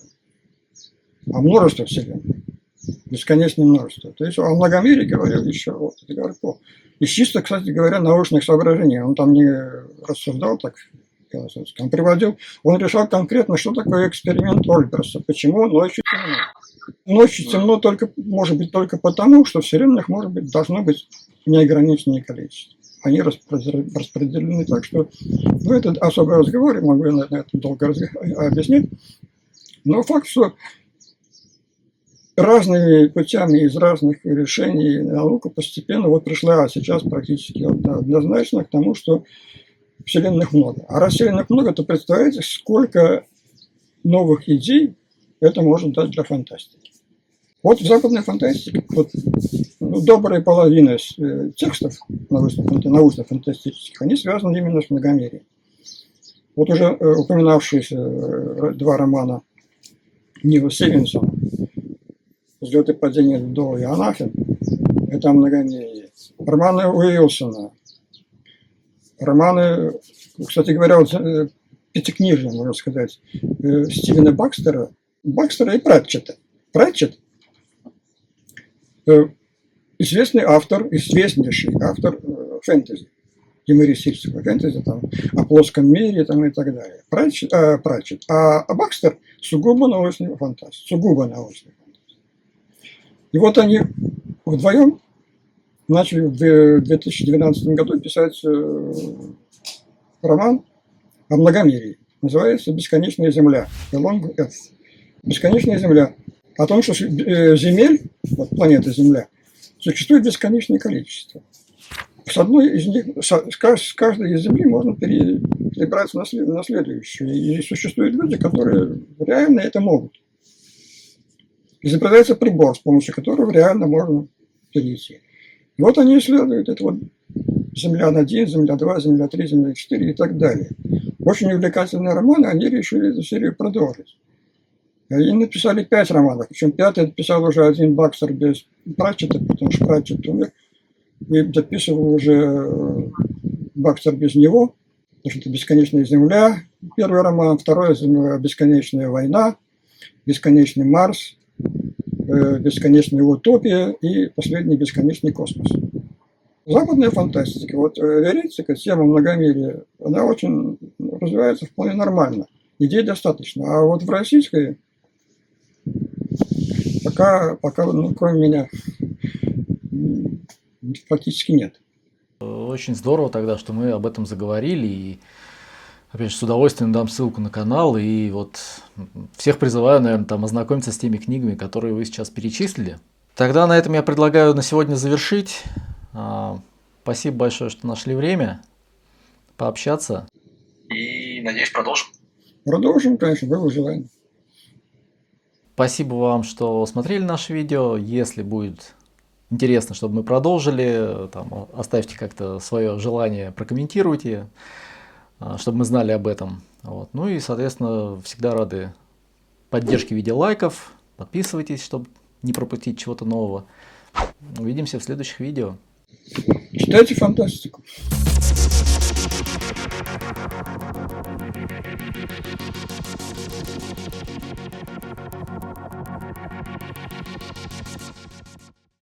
Speaker 2: а множество Вселенных. Бесконечное множество. То есть о многомерии говорил еще вот Эдгар По. И чисто, кстати говоря, научных соображений. Он там не рассуждал так философски. Он решал конкретно, что такое эксперимент Ольберса. Почему ночью темно. Ночью темно может быть только потому, что вселенных должно быть неограниченное количество. Они распределены так, что... Ну, это особый разговор, я могу на это долго объяснить. Но факт, что разными путями, из разных решений наука постепенно вот пришла сейчас практически однозначно к тому, что вселенных много. А раз вселенных много, то представляете, сколько новых идей это может дать для фантастики. Вот в западной фантастике вот, добрая половина текстов научно-фантастических, они связаны именно с многомерием. Вот уже упоминавшиеся два романа Нила Стивенсона «Взлет и падение До и Анафем» – это многомерие. Романы Уилсона, романы, кстати говоря, вот, пятикнижие, можно сказать, Стивена Бакстера и Пратчета. Пратчет известный автор, известнейший автор фэнтези, юмористического фэнтези, там, о плоском мире там, и так далее. Пратчет. А Бакстер сугубо научный фантаст. И вот они вдвоем начали в 2012 году писать роман о многомерии. Называется «Бесконечная Земля». Бесконечная Земля. О том, что земель, вот планета Земля, существует бесконечное количество. С одной из них, с каждой из Земли можно перебраться на следующую. И существуют люди, которые реально это могут. Изобретается прибор, с помощью которого реально можно перейти. И вот они исследуют это вот Земля-1, Земля-2, Земля-3, Земля-4 и так далее. Очень увлекательные романы, они решили эту серию продолжить. И написали 5 романов. Причем 5-й написал уже один Бакстер без Пратчета, потому что Пратчет умер. И дописывал уже Бакстер без него. Потому что это «Бесконечная Земля», первый роман. Второй – «Бесконечная война», «Бесконечный Марс», «Бесконечная утопия» и последний «Бесконечный космос». Западная фантастика, вот веретика, тема многомерия, она очень развивается вполне нормально. Идей достаточно. А вот в российской пока кроме меня, практически нет.
Speaker 1: Очень здорово тогда, что мы об этом заговорили. И, опять же, с удовольствием дам ссылку на канал. И вот всех призываю, наверное, там ознакомиться с теми книгами, которые вы сейчас перечислили. Тогда на этом я предлагаю на сегодня завершить. Спасибо большое, что нашли время пообщаться. И, надеюсь, продолжим.
Speaker 2: Продолжим, конечно, было желание.
Speaker 1: Спасибо вам, что смотрели наше видео. Если будет интересно, чтобы мы продолжили, там, оставьте как-то свое желание, прокомментируйте, чтобы мы знали об этом. Вот. Ну и, соответственно, всегда рады поддержке в виде лайков. Подписывайтесь, чтобы не пропустить чего-то нового. Увидимся в следующих видео.
Speaker 2: Читайте фантастику.